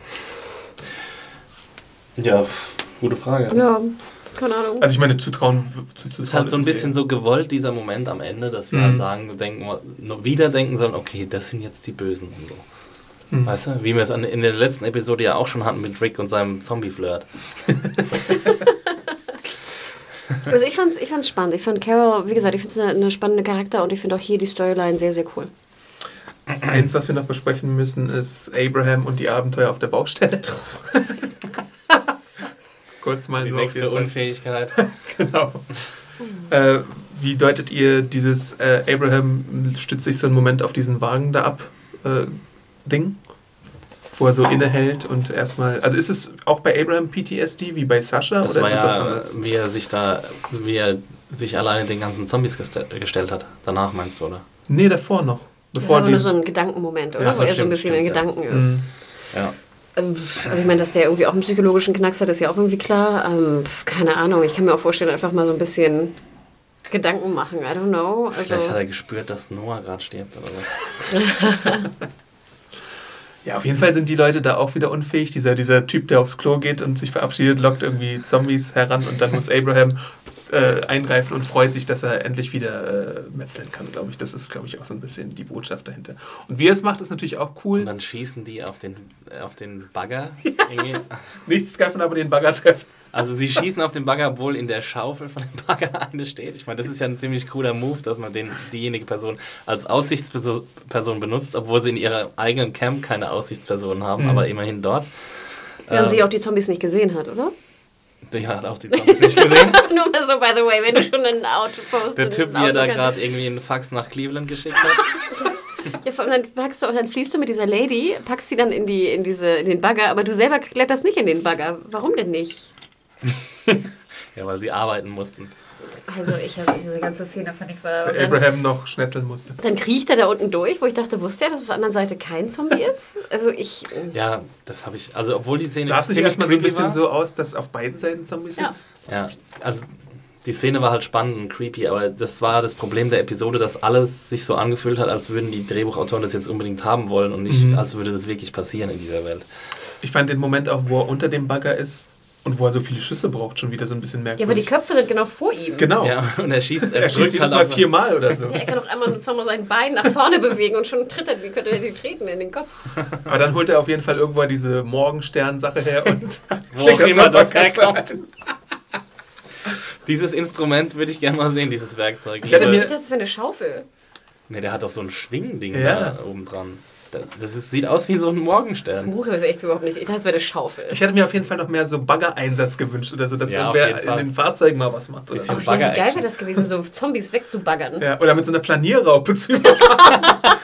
S3: Ja, gute Frage.
S2: Ja, keine Ahnung.
S1: Also ich meine, zutrauen
S3: ist halt so ein bisschen so gewollt, dieser Moment am Ende, dass wir halt sagen, wieder denken sollen, okay, das sind jetzt die Bösen und so. Weißt du, wie wir es in der letzten Episode ja auch schon hatten mit Rick und seinem Zombie-Flirt.
S2: Also ich fand's spannend. Ich fand Carol, wie gesagt, ich finde es eine spannende Charakter und ich finde auch hier die Storyline sehr, sehr cool.
S1: Eins, was wir noch besprechen müssen, ist Abraham und die Abenteuer auf der Baustelle. Kurz mal
S3: die
S1: nur
S3: nächste Unfähigkeit.
S1: Genau. Wie deutet ihr dieses Abraham stützt sich so einen Moment auf diesen Wagen da ab Ding? Wo er so innehält und erstmal... Also ist es auch bei Abraham PTSD wie bei Sascha
S3: das
S1: oder
S3: war
S1: ist es
S3: ja,
S1: was anderes?
S3: Wie er sich alleine den ganzen Zombies gestellt hat. Danach meinst du, oder?
S1: Nee, davor noch.
S2: Das ist aber nur so ein Gedankenmoment, oder?
S3: Ja,
S2: wo er so ein bisschen in Gedanken ist.
S3: Ja.
S2: Also ich meine, dass der irgendwie auch einen psychologischen Knacks hat, ist ja auch irgendwie klar. Keine Ahnung, ich kann mir auch vorstellen, einfach mal so ein bisschen Gedanken machen. I don't know. Also
S3: Vielleicht hat er gespürt, dass Noah gerade stirbt oder so.
S1: Ja, auf jeden Fall sind die Leute da auch wieder unfähig. Dieser Typ, der aufs Klo geht und sich verabschiedet, lockt irgendwie Zombies heran und dann muss Abraham eingreifen und freut sich, dass er endlich wieder metzeln kann, glaube ich. Das ist, glaube ich, auch so ein bisschen die Botschaft dahinter. Und wie er es macht, ist natürlich auch cool.
S3: Und dann schießen die auf den Bagger.
S1: Ja. Nichts davon, aber den Bagger treffen.
S3: Also sie schießen auf den Bagger, obwohl in der Schaufel von dem Bagger eine steht. Ich meine, das ist ja ein ziemlich cooler Move, dass man diejenige Person als Aussichtsperson benutzt, obwohl sie in ihrer eigenen Camp keine Aussichtspersonen haben, aber immerhin dort.
S2: Ja, und sie auch die Zombies nicht gesehen hat, oder?
S3: Die hat auch die Zombies nicht gesehen.
S2: Nur mal so, by the way, wenn du schon ein Auto postest.
S3: Der Typ, wie er da gerade irgendwie einen Fax nach Cleveland geschickt hat.
S2: Ja, dann fließt du mit dieser Lady, packst sie dann in den Bagger, aber du selber kletterst nicht in den Bagger. Warum denn nicht?
S3: Ja, weil sie arbeiten mussten.
S2: Also diese ganze Szene fand ich war...
S1: Abraham noch schnetzeln musste.
S2: Dann kriecht er da unten durch, wo ich dachte, wusste er, dass auf der anderen Seite kein Zombie ist? Also ich...
S3: Ja, das habe ich... Also obwohl die Szene...
S1: Sah es nicht erstmal so ein bisschen so aus, dass auf beiden Seiten Zombies sind?
S3: Ja, also die Szene war halt spannend und creepy, aber das war das Problem der Episode, dass alles sich so angefühlt hat, als würden die Drehbuchautoren das jetzt unbedingt haben wollen und nicht, als würde das wirklich passieren in dieser Welt.
S1: Ich fand den Moment auch, wo er unter dem Bagger ist und wo er so viele Schüsse braucht, schon wieder so ein bisschen merkwürdig.
S2: Ja, aber die Köpfe sind genau vor ihm.
S1: Genau.
S3: Ja, und er schießt
S1: jedes
S3: halt
S1: Mal 4-mal oder so.
S2: Ja, er kann auch einmal mit seinen Beinen nach vorne bewegen und schon könnte er die treten in den Kopf.
S1: Aber dann holt er auf jeden Fall irgendwann diese Morgenstern-Sache her und
S3: wo auch immer das herkommt. Dieses Instrument würde ich gerne mal sehen, dieses Werkzeug.
S2: Ich hätte mir das für eine Schaufel.
S3: Ne, der hat doch so ein Schwingding
S1: ja.
S3: da oben dran. Sieht aus wie so ein Morgenstern.
S2: Buche ist echt überhaupt nicht. Ich dachte, es wäre eine Schaufel.
S1: Ich hätte mir auf jeden Fall noch mehr so Bagger-Einsatz gewünscht oder so, dass irgendwer in den Fahrzeugen mal was macht. Oder so.
S2: Wie geil wäre das gewesen, so Zombies wegzubaggern.
S1: Ja, oder mit so einer Planierraupe zu überfahren.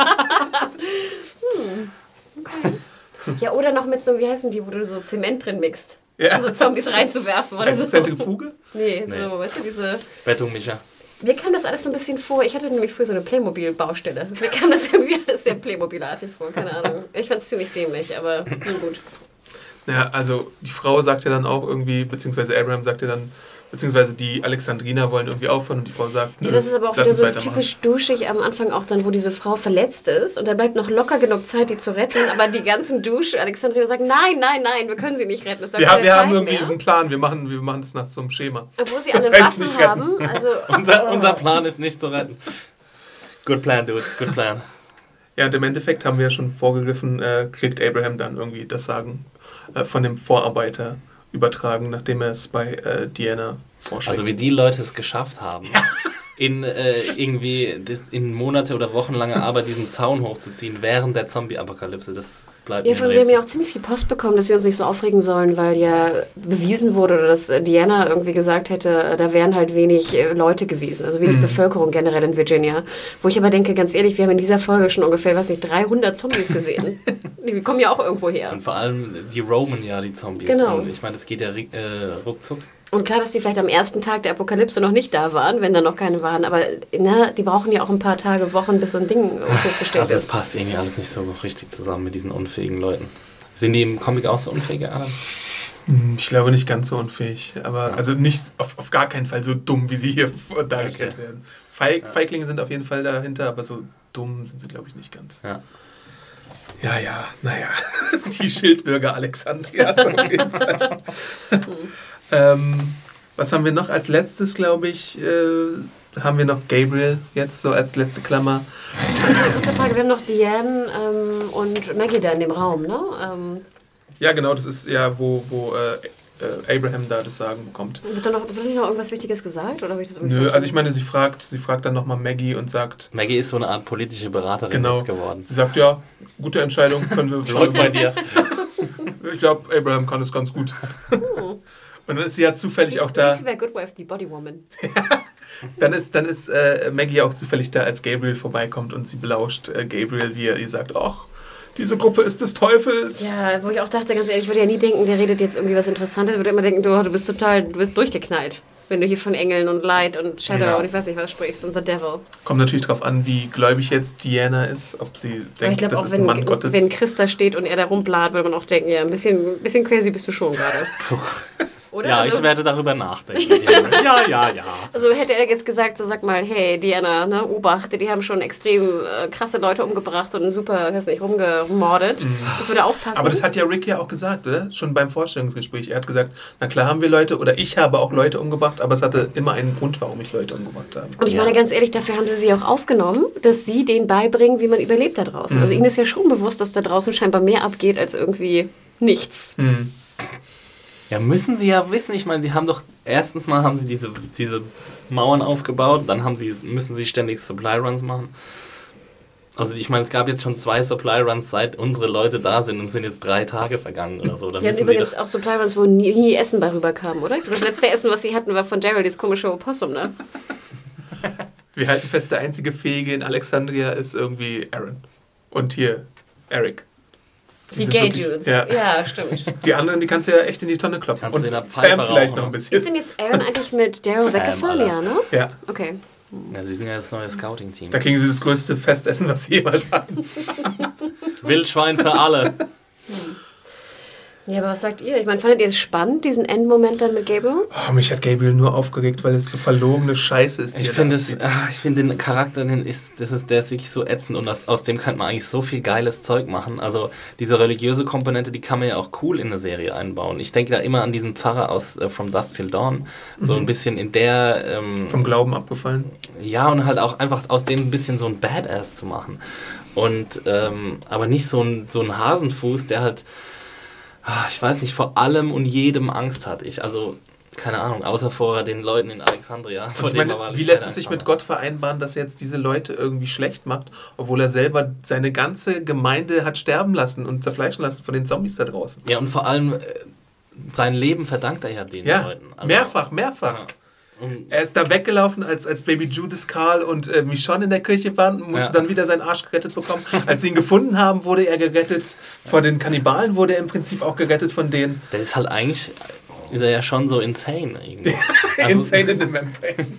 S2: Okay. Ja, oder noch mit so, wie heißen die, wo du so Zement drin mixt.
S1: Ja.
S2: Um so Zombies reinzuwerfen oder so.
S1: Zentrifuge?
S2: Nee, so, weißt du, diese...
S3: Betonmischer.
S2: Mir kam das alles so ein bisschen vor. Ich hatte nämlich früher so eine Playmobil-Baustelle. Mir kam das irgendwie alles sehr Playmobil-artig vor, keine Ahnung. Ich fand es ziemlich dämlich, aber nun gut.
S1: Ja, also die Frau sagt ja dann auch irgendwie, beziehungsweise Abraham sagt ja dann, beziehungsweise die Alexandriner wollen irgendwie aufhören und die Frau sagt,
S2: ja, das ist aber auch wieder so typisch duschig am Anfang auch dann, wo diese Frau verletzt ist und da bleibt noch locker genug Zeit, die zu retten, aber die ganzen Alexandriner sagen, nein, wir können sie nicht retten.
S1: Wir haben irgendwie einen Plan, wir machen das nach so einem Schema.
S2: Obwohl sie alle Waffen haben. Also,
S3: unser Plan ist nicht zu retten. Good plan, dudes, good plan.
S1: Ja, und im Endeffekt haben wir ja schon vorgegriffen, kriegt Abraham dann irgendwie das Sagen von dem Vorarbeiter übertragen, nachdem er es bei Diana vorschlägt.
S3: Also wie die Leute es geschafft haben, in Monate oder wochenlange Arbeit diesen Zaun hochzuziehen während der Zombie-Apokalypse, das bleibt
S2: ja, von dem wir auch ziemlich viel Post bekommen, dass wir uns nicht so aufregen sollen, weil ja bewiesen wurde, oder dass Diana irgendwie gesagt hätte, da wären halt wenig Leute gewesen, also wenig Bevölkerung generell in Virginia. Wo ich aber denke, ganz ehrlich, wir haben in dieser Folge schon ungefähr, 300 Zombies gesehen. Die kommen ja auch irgendwo her.
S3: Und vor allem, die roamen ja, die Zombies.
S2: Genau.
S3: Und ich meine, das geht ja ruckzuck.
S2: Und klar, dass die vielleicht am ersten Tag der Apokalypse noch nicht da waren, wenn da noch keine waren, aber die brauchen ja auch ein paar Tage, Wochen, bis so ein Ding hochgestellt
S3: also
S2: ist.
S3: das passt irgendwie alles nicht so richtig zusammen mit diesen unfähigen Leuten. Sind die im Comic auch so unfähige, Adam?
S1: Ich glaube nicht ganz so unfähig, aber ja. Also nicht auf gar keinen Fall so dumm, wie sie hier dargestellt werden. Feiglinge sind auf jeden Fall dahinter, aber so dumm sind sie, glaube ich, nicht ganz. Ja, naja, die Schildbürger Alexandrias auf jeden Fall. Was haben wir noch als letztes, glaube ich? Haben wir noch Gabriel jetzt so als letzte Klammer.
S2: Kurze Frage, wir haben noch Diane und Maggie da in dem Raum, ne?
S1: Ja, genau, das ist ja, wo Abraham da das Sagen bekommt.
S2: Wird nicht noch irgendwas Wichtiges gesagt? Oder ich das
S1: Nö, also ich meine, sie fragt dann nochmal Maggie und sagt...
S3: Maggie ist so eine Art politische Beraterin jetzt geworden.
S1: Sie sagt, ja, gute Entscheidung.
S3: Läuft bei dir.
S1: Ich glaube, Abraham kann es ganz gut. Und dann ist sie ja zufällig auch da...
S2: Das ist wie bei Good Wife, die Bodywoman.
S1: Dann ist Maggie auch zufällig da, als Gabriel vorbeikommt und sie belauscht Gabriel, wie er ihr sagt, ach, diese Gruppe ist des Teufels.
S2: Ja, wo ich auch dachte, ganz ehrlich, ich würde ja nie denken, der redet jetzt irgendwie was Interessantes. Ich würde immer denken, du bist durchgeknallt, wenn du hier von Engeln und Light und Shadow und ich weiß nicht was sprichst und The Devil.
S1: Kommt natürlich drauf an, wie gläubig jetzt Diana ist, ob sie denkt, das ist ein Mann Gottes.
S2: Wenn Christa steht und er da rumblatt, würde man auch denken, ja, ein bisschen crazy bist du schon gerade. Oder?
S3: Ja,
S2: also,
S3: ich werde darüber nachdenken. Ja.
S2: Also hätte er jetzt gesagt, so sag mal, hey Diana, ne, Obacht, die haben schon extrem krasse Leute umgebracht und super, weiß nicht, rumgemordet. Ich würde aufpassen.
S1: Aber das hat ja Rick ja auch gesagt, oder? Schon beim Vorstellungsgespräch. Er hat gesagt, na klar haben wir Leute, oder ich habe auch Leute umgebracht, aber es hatte immer einen Grund, warum ich Leute umgebracht habe.
S2: Und ich meine ganz ehrlich, dafür haben sie auch aufgenommen, dass sie denen beibringen, wie man überlebt da draußen. Also ihnen ist ja schon bewusst, dass da draußen scheinbar mehr abgeht als irgendwie nichts.
S3: Ja, müssen sie ja wissen. Ich meine, sie haben doch, erstens mal haben sie diese Mauern aufgebaut, dann müssen sie ständig Supply Runs machen. Also ich meine, es gab jetzt schon 2 Supply Runs, seit unsere Leute da sind und sind jetzt 3 Tage vergangen oder so.
S2: Die hatten übrigens auch Supply Runs, wo nie Essen bei rüberkam, oder? Das letzte Essen, was sie hatten, war von Daryl, dieses komische Opossum, ne?
S1: Wir halten fest, der einzige Fähige in Alexandria ist irgendwie Aaron. Und hier Eric.
S2: Die Gay-Dudes. Ja, stimmt.
S1: Die anderen, die kannst du ja echt in die Tonne kloppen. Und Sam vielleicht noch ein bisschen.
S2: Ist denn jetzt Aaron eigentlich mit Daryl weggefahren? Ja, ne?
S1: Ja.
S2: Okay.
S3: Ja, sie sind ja das neue Scouting-Team.
S1: Da kriegen sie das größte Festessen, was sie jemals hatten.
S3: Wildschwein für alle.
S2: Ja, aber was sagt ihr? Ich meine, fandet ihr es spannend, diesen Endmoment dann mit Gabriel?
S1: Oh, mich hat Gabriel nur aufgeregt, weil es so verlogene Scheiße ist.
S3: Ich finde den Charakter, der ist wirklich so ätzend und aus dem kann man eigentlich so viel geiles Zeug machen. Also diese religiöse Komponente, die kann man ja auch cool in eine Serie einbauen. Ich denke da immer an diesen Pfarrer aus From Dusk Till Dawn, so ein bisschen in der...
S1: vom Glauben abgefallen.
S3: Ja, und halt auch einfach aus dem ein bisschen so ein Badass zu machen. Und aber nicht so ein Hasenfuß, der halt... ich weiß nicht, vor allem und jedem Angst hat. keine Ahnung, außer vor den Leuten in Alexandria. Vor
S1: ich meine, wie lässt es sich mit Gott vereinbaren, dass er jetzt diese Leute irgendwie schlecht macht, obwohl er selber seine ganze Gemeinde hat sterben lassen und zerfleischen lassen von den Zombies da draußen?
S3: Ja, und vor allem sein Leben verdankt er ja den Leuten.
S1: Also, mehrfach. Ja. Er ist da weggelaufen, als Baby Judas, Karl und Michonne in der Kirche waren, musste dann wieder seinen Arsch gerettet bekommen. Als sie ihn gefunden haben, wurde er gerettet. Vor den Kannibalen wurde er im Prinzip auch gerettet von denen.
S3: Der ist halt eigentlich, ist er ja schon so insane irgendwie.
S1: Insane in the Membrane.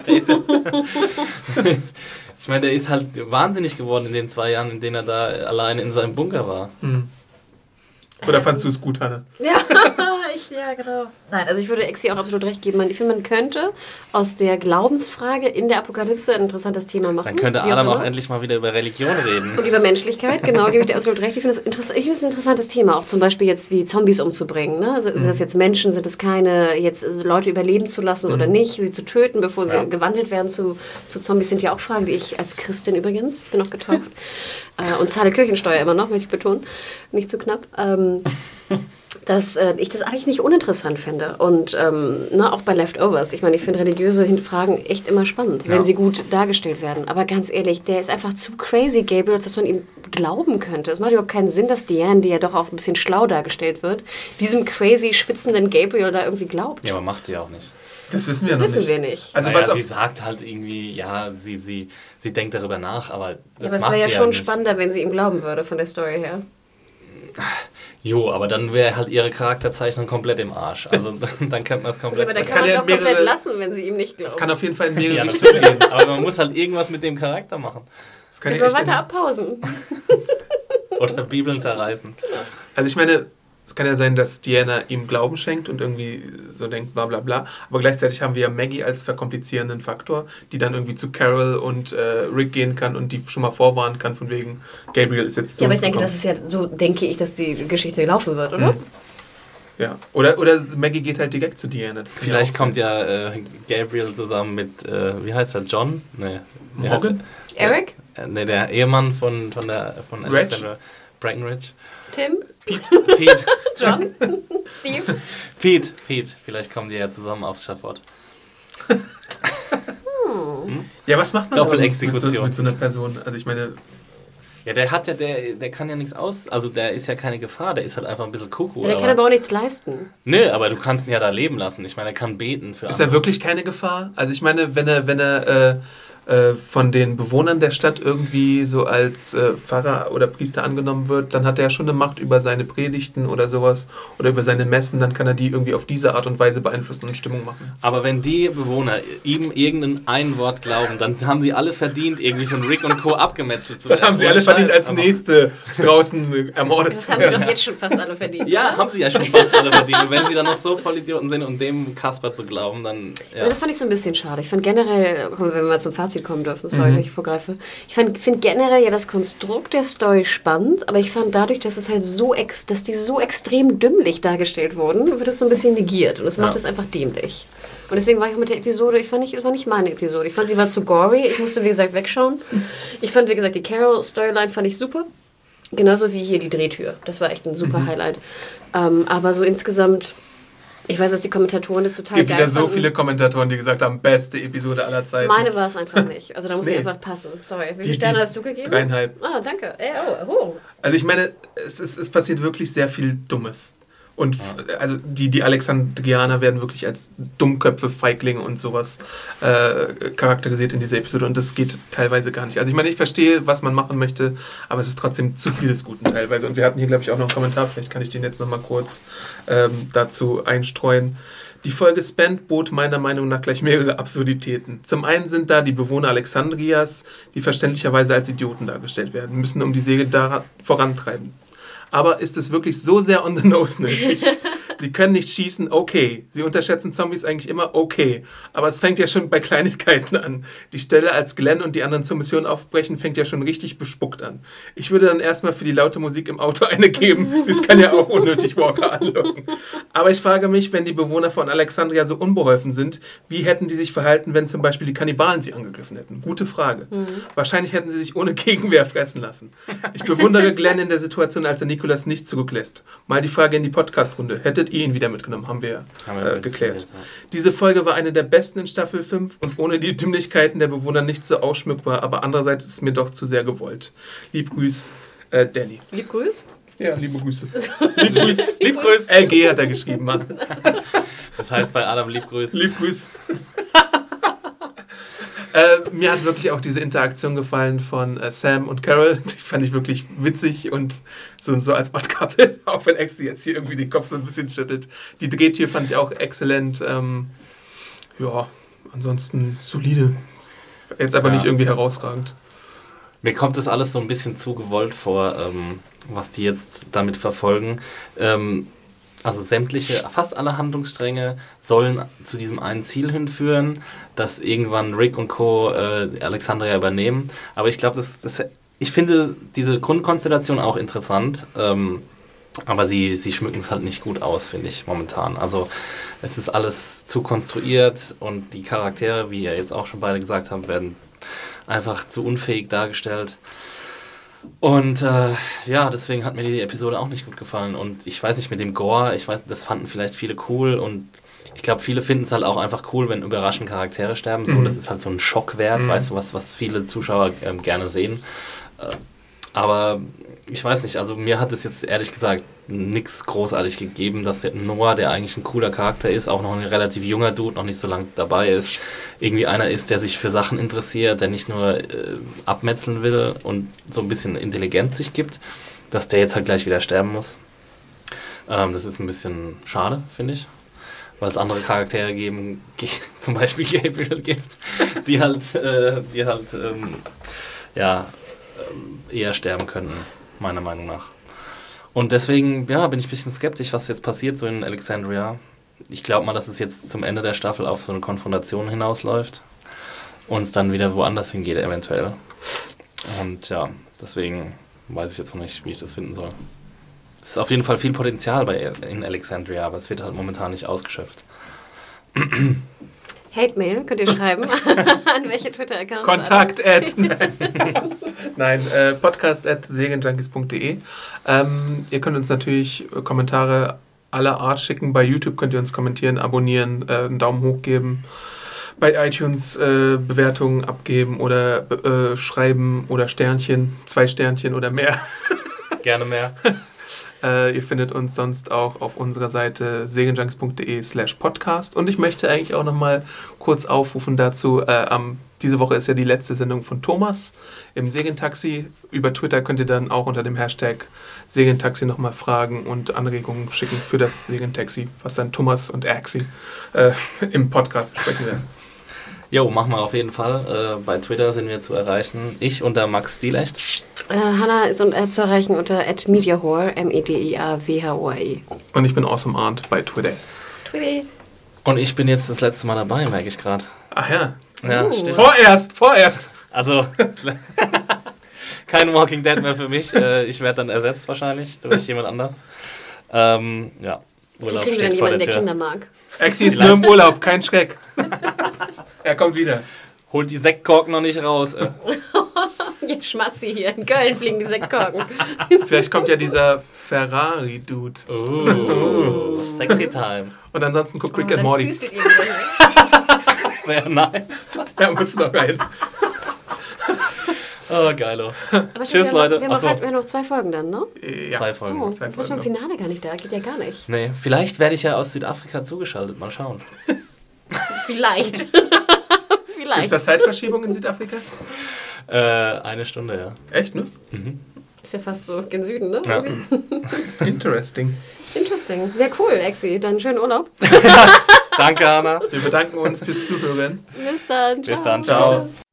S3: Ich meine, der ist halt wahnsinnig geworden in den 2 Jahren, in denen er da allein in seinem Bunker war.
S1: Oder fandst du es gut, Hanne?
S2: Ja, genau. Nein, also ich würde Exi auch absolut recht geben. Ich finde, man könnte aus der Glaubensfrage in der Apokalypse ein interessantes Thema machen.
S3: Dann könnte Adam auch endlich mal wieder über Religion reden.
S2: Und über Menschlichkeit, genau, gebe ich dir absolut recht. Ich finde es ein interessantes Thema, auch zum Beispiel jetzt die Zombies umzubringen. Ne? Also, sind das jetzt Menschen, sind es keine, jetzt Leute überleben zu lassen oder nicht, sie zu töten, bevor sie gewandelt werden zu Zombies, sind ja auch Fragen, die ich als Christin übrigens, bin noch getauft, und zahle Kirchensteuer immer noch, möchte ich betonen, nicht zu knapp, dass ich das eigentlich nicht uninteressant finde. Und auch bei Leftovers. Ich meine, ich finde religiöse Fragen echt immer spannend, wenn sie gut dargestellt werden. Aber ganz ehrlich, der ist einfach zu crazy, Gabriel, dass man ihm glauben könnte. Es macht überhaupt keinen Sinn, dass Diane, die ja doch auch ein bisschen schlau dargestellt wird, diesem crazy, schwitzenden Gabriel da irgendwie glaubt.
S3: Ja, aber macht sie auch nicht.
S1: Das wissen wir noch nicht.
S2: Das wissen wir nicht.
S3: Also naja, sie sagt halt irgendwie, ja, sie denkt darüber nach, aber das
S2: aber es wäre ja schon spannender, wenn sie ihm glauben würde, von der Story her.
S3: Jo, aber dann wäre halt ihre Charakterzeichnung komplett im Arsch. Also dann könnte man es komplett...
S2: Ja, aber dann kann man es auch komplett lassen, wenn sie ihm nicht glaubt.
S1: Es kann auf jeden Fall in mehrere
S3: Richtungen gehen. Aber man muss halt irgendwas mit dem Charakter machen.
S1: Das kann
S2: ja weiter abpausen.
S3: Oder Bibeln zerreißen.
S1: Also ich meine, es kann ja sein, dass Diana ihm Glauben schenkt und irgendwie so denkt, bla bla bla. Aber gleichzeitig haben wir ja Maggie als verkomplizierenden Faktor, die dann irgendwie zu Carol und Rick gehen kann und die schon mal vorwarnen kann, von wegen, Gabriel ist jetzt zu
S2: Ja, aber
S1: uns
S2: ich denke,
S1: gekommen.
S2: das ist ja, so denke ich, dass die Geschichte laufen wird, oder?
S1: Ja, oder Maggie geht halt direkt zu Diana.
S3: Vielleicht kommt ja Gabriel zusammen mit, wie heißt er, John? Nee.
S1: Morgan?
S2: Eric?
S3: Nee, der Ehemann von Alexandra Breckenridge.
S2: Tim?
S3: Pete.
S2: John? Steve?
S3: Pete. Vielleicht kommen die ja zusammen aufs Schafott.
S1: Ja, was macht man
S3: Doppelexekution
S1: mit so einer Person? Also ich meine...
S3: Ja, der kann ja nichts also der ist ja keine Gefahr, der ist halt einfach ein bisschen Kuckuck.
S2: Ja, der kann aber auch nichts leisten.
S3: Nö, aber du kannst ihn ja da leben lassen. Ich meine, er kann beten für
S1: Ist er wirklich keine Gefahr? Also ich meine, wenn er von den Bewohnern der Stadt irgendwie so als Pfarrer oder Priester angenommen wird, dann hat er ja schon eine Macht über seine Predigten oder sowas oder über seine Messen, dann kann er die irgendwie auf diese Art und Weise beeinflussen und Stimmung machen.
S3: Aber wenn die Bewohner ihm ein Wort glauben, dann haben sie alle verdient, irgendwie von Rick und Co. abgemetzelt zu werden.
S1: Dann haben sie alle verdient, als Nächste draußen ermordet zu werden.
S2: Das haben sie doch jetzt schon fast alle verdient.
S3: Ja, haben sie ja schon fast alle verdient. Und wenn sie dann noch so Vollidioten sind und dem Kasper zu glauben, dann... Ja.
S2: Das fand ich so ein bisschen schade. Ich fand generell, wenn wir mal zum Fazit kommen dürfen, sorry, wenn ich vorgreife. Ich finde generell ja das Konstrukt der Story spannend, aber ich fand dadurch, dass es halt dass die so extrem dümmlich dargestellt wurden, wird es so ein bisschen negiert und das macht es einfach dämlich. Und deswegen war ich auch mit der Episode, es war nicht meine Episode. Ich fand, sie war zu gory, ich musste, wie gesagt, wegschauen. Ich fand, wie gesagt, die Carol-Storyline fand ich super. Genauso wie hier die Drehtür. Das war echt ein super Highlight. Aber so insgesamt... Ich weiß, dass die Kommentatoren das total geil fanden.
S1: Es gibt wieder so viele Kommentatoren, die gesagt haben, beste Episode aller Zeiten.
S2: Meine war es einfach nicht. Also da muss ich einfach passen. Sorry. Wie viele Sterne hast du gegeben?
S1: 3,5.
S2: Ah, danke. Oh.
S1: Also ich meine, es passiert wirklich sehr viel Dummes. Und also die Alexandrianer werden wirklich als Dummköpfe, Feiglinge und sowas charakterisiert in dieser Episode. Und das geht teilweise gar nicht. Also ich meine, ich verstehe, was man machen möchte, aber es ist trotzdem zu viel des Guten teilweise. Und wir hatten hier, glaube ich, auch noch einen Kommentar. Vielleicht kann ich den jetzt noch mal kurz dazu einstreuen. Die Folge Spend bot meiner Meinung nach gleich mehrere Absurditäten. Zum einen sind da die Bewohner Alexandrias, die verständlicherweise als Idioten dargestellt werden, müssen um die Segel da vorantreiben. Aber ist es wirklich so sehr on the nose nötig? Sie können nicht schießen, okay. Sie unterschätzen Zombies eigentlich immer, okay. Aber es fängt ja schon bei Kleinigkeiten an. Die Stelle, als Glenn und die anderen zur Mission aufbrechen, fängt ja schon richtig bespuckt an. Ich würde dann erstmal für die laute Musik im Auto eine geben. Das kann ja auch unnötig Walker anlocken. Aber ich frage mich, wenn die Bewohner von Alexandria so unbeholfen sind, wie hätten die sich verhalten, wenn zum Beispiel die Kannibalen sie angegriffen hätten? Gute Frage. Wahrscheinlich hätten sie sich ohne Gegenwehr fressen lassen. Ich bewundere Glenn in der Situation, als er Nicholas nicht zurücklässt. Mal die Frage in die Podcast-Runde. Hättet hättet ihr ihn wieder mitgenommen, haben wir geklärt.
S3: Ja.
S1: Diese Folge war eine der besten in Staffel 5 und ohne die Dümmlichkeiten der Bewohner nicht so ausschmückbar, aber andererseits ist es mir doch zu sehr gewollt. Lieb Grüß, Danny.
S2: Lieb Grüß?
S1: Ja, liebe Grüße. Lieb Grüß. Lieb Grüß. LG hat er geschrieben, Mann.
S3: Das heißt bei Adam Lieb Grüß.
S1: Lieb Grüß. Mir hat wirklich auch diese Interaktion gefallen von Sam und Carol. Die fand ich wirklich witzig und so als Odd Couple, auch wenn Exi jetzt hier irgendwie den Kopf so ein bisschen schüttelt. Die Drehtür fand ich auch exzellent. Ja, ansonsten solide. Jetzt aber nicht irgendwie herausragend.
S3: Mir kommt das alles so ein bisschen zu gewollt vor, was die jetzt damit verfolgen. Also fast alle Handlungsstränge sollen zu diesem einen Ziel hinführen, dass irgendwann Rick und Co. Alexandria übernehmen. Aber ich glaube, ich finde diese Grundkonstellation auch interessant, aber sie schmücken es halt nicht gut aus, finde ich, momentan. Also es ist alles zu konstruiert und die Charaktere, wie ihr jetzt auch schon beide gesagt habt, werden einfach zu unfähig dargestellt. Und deswegen hat mir die Episode auch nicht gut gefallen. Und ich weiß nicht, mit dem Gore, das fanden vielleicht viele cool und ich glaube, viele finden es halt auch einfach cool, wenn überraschend Charaktere sterben. So, das ist halt so ein Schockwert, weißt du, was viele Zuschauer gerne sehen. Aber ich weiß nicht, also mir hat es jetzt ehrlich gesagt nichts großartig gegeben, dass der Noah, der eigentlich ein cooler Charakter ist, auch noch ein relativ junger Dude, noch nicht so lange dabei ist, irgendwie einer ist, der sich für Sachen interessiert, der nicht nur abmetzeln will und so ein bisschen intelligent sich gibt, dass der jetzt halt gleich wieder sterben muss. Das ist ein bisschen schade, finde ich, weil es andere Charaktere geben, zum Beispiel Gabriel gibt, die halt eher sterben könnten, meiner Meinung nach. Und deswegen, bin ich ein bisschen skeptisch, was jetzt passiert so in Alexandria. Ich glaube mal, dass es jetzt zum Ende der Staffel auf so eine Konfrontation hinausläuft und es dann wieder woanders hingeht eventuell. Und ja, deswegen weiß ich jetzt noch nicht, wie ich das finden soll. Es ist auf jeden Fall viel Potenzial in Alexandria, aber es wird halt momentan nicht ausgeschöpft.
S2: Hate-Mail könnt ihr schreiben. An welche Twitter-Accounts?
S1: Kontakt@ Nein, podcast@serienjunkies.de. Ihr könnt uns natürlich Kommentare aller Art schicken. Bei YouTube könnt ihr uns kommentieren, abonnieren, einen Daumen hoch geben. Bei iTunes Bewertungen abgeben oder schreiben oder Sternchen, 2 Sternchen oder mehr.
S3: Gerne mehr.
S1: Ihr findet uns sonst auch auf unserer Seite serienjunkies.de/podcast. Und ich möchte eigentlich auch nochmal kurz aufrufen dazu, diese Woche ist ja die letzte Sendung von Thomas im Serientaxi. Über Twitter könnt ihr dann auch unter dem Hashtag Serientaxi nochmal Fragen und Anregungen schicken für das Serientaxi, was dann Thomas und Axi im Podcast besprechen werden.
S3: Jo, machen wir auf jeden Fall. Bei Twitter sind wir zu erreichen. Ich unter Max Stilecht.
S2: Hannah ist zu erreichen unter @mediahore, MEDIAWHORE.
S1: Und ich bin Awesome Arndt bei Twitter.
S3: Und ich bin jetzt das letzte Mal dabei, merke ich gerade.
S1: Ach ja.
S3: Ja, stimmt.
S1: Vorerst.
S3: Also, kein Walking Dead mehr für mich. Ich werde dann ersetzt wahrscheinlich durch jemand anders. Urlaub
S2: kriegen wir dann jemanden, der Kinder mag.
S1: Axi ist nur im Urlaub, kein Schreck. Er kommt wieder.
S3: Holt die Sektkorken noch nicht raus.
S2: Ja, Schmatzi hier. In Köln fliegen die Sektkorken.
S1: Vielleicht kommt ja dieser Ferrari-Dude.
S3: Sexy Time.
S1: Und ansonsten guckt Rick and Morty.
S2: Füßelt ihr wieder.
S3: Sehr nice.
S1: Er muss noch rein.
S3: Oh, geilo.
S2: Aber
S3: Tschüss, Leute.
S2: Wir haben noch 2 Folgen dann, ne?
S1: Ja.
S3: 2 Folgen.
S2: Oh,
S1: 2
S2: du bist
S1: Folgen.
S2: beim Finale gar nicht da. Geht ja gar nicht.
S3: Nee, vielleicht werde ich ja aus Südafrika zugeschaltet. Mal schauen.
S2: Vielleicht.
S1: Gibt es da Zeitverschiebung in Südafrika?
S3: 1 Stunde, ja.
S1: Echt, ne?
S3: Mhm.
S2: Ist ja fast so gen Süden, ne?
S3: Ja.
S1: Interesting.
S2: Interesting. Ja, cool, Exi. Dann schönen Urlaub.
S3: Danke, Hannah.
S1: Wir bedanken uns fürs Zuhören.
S2: Bis dann.
S3: Bis dann, ciao.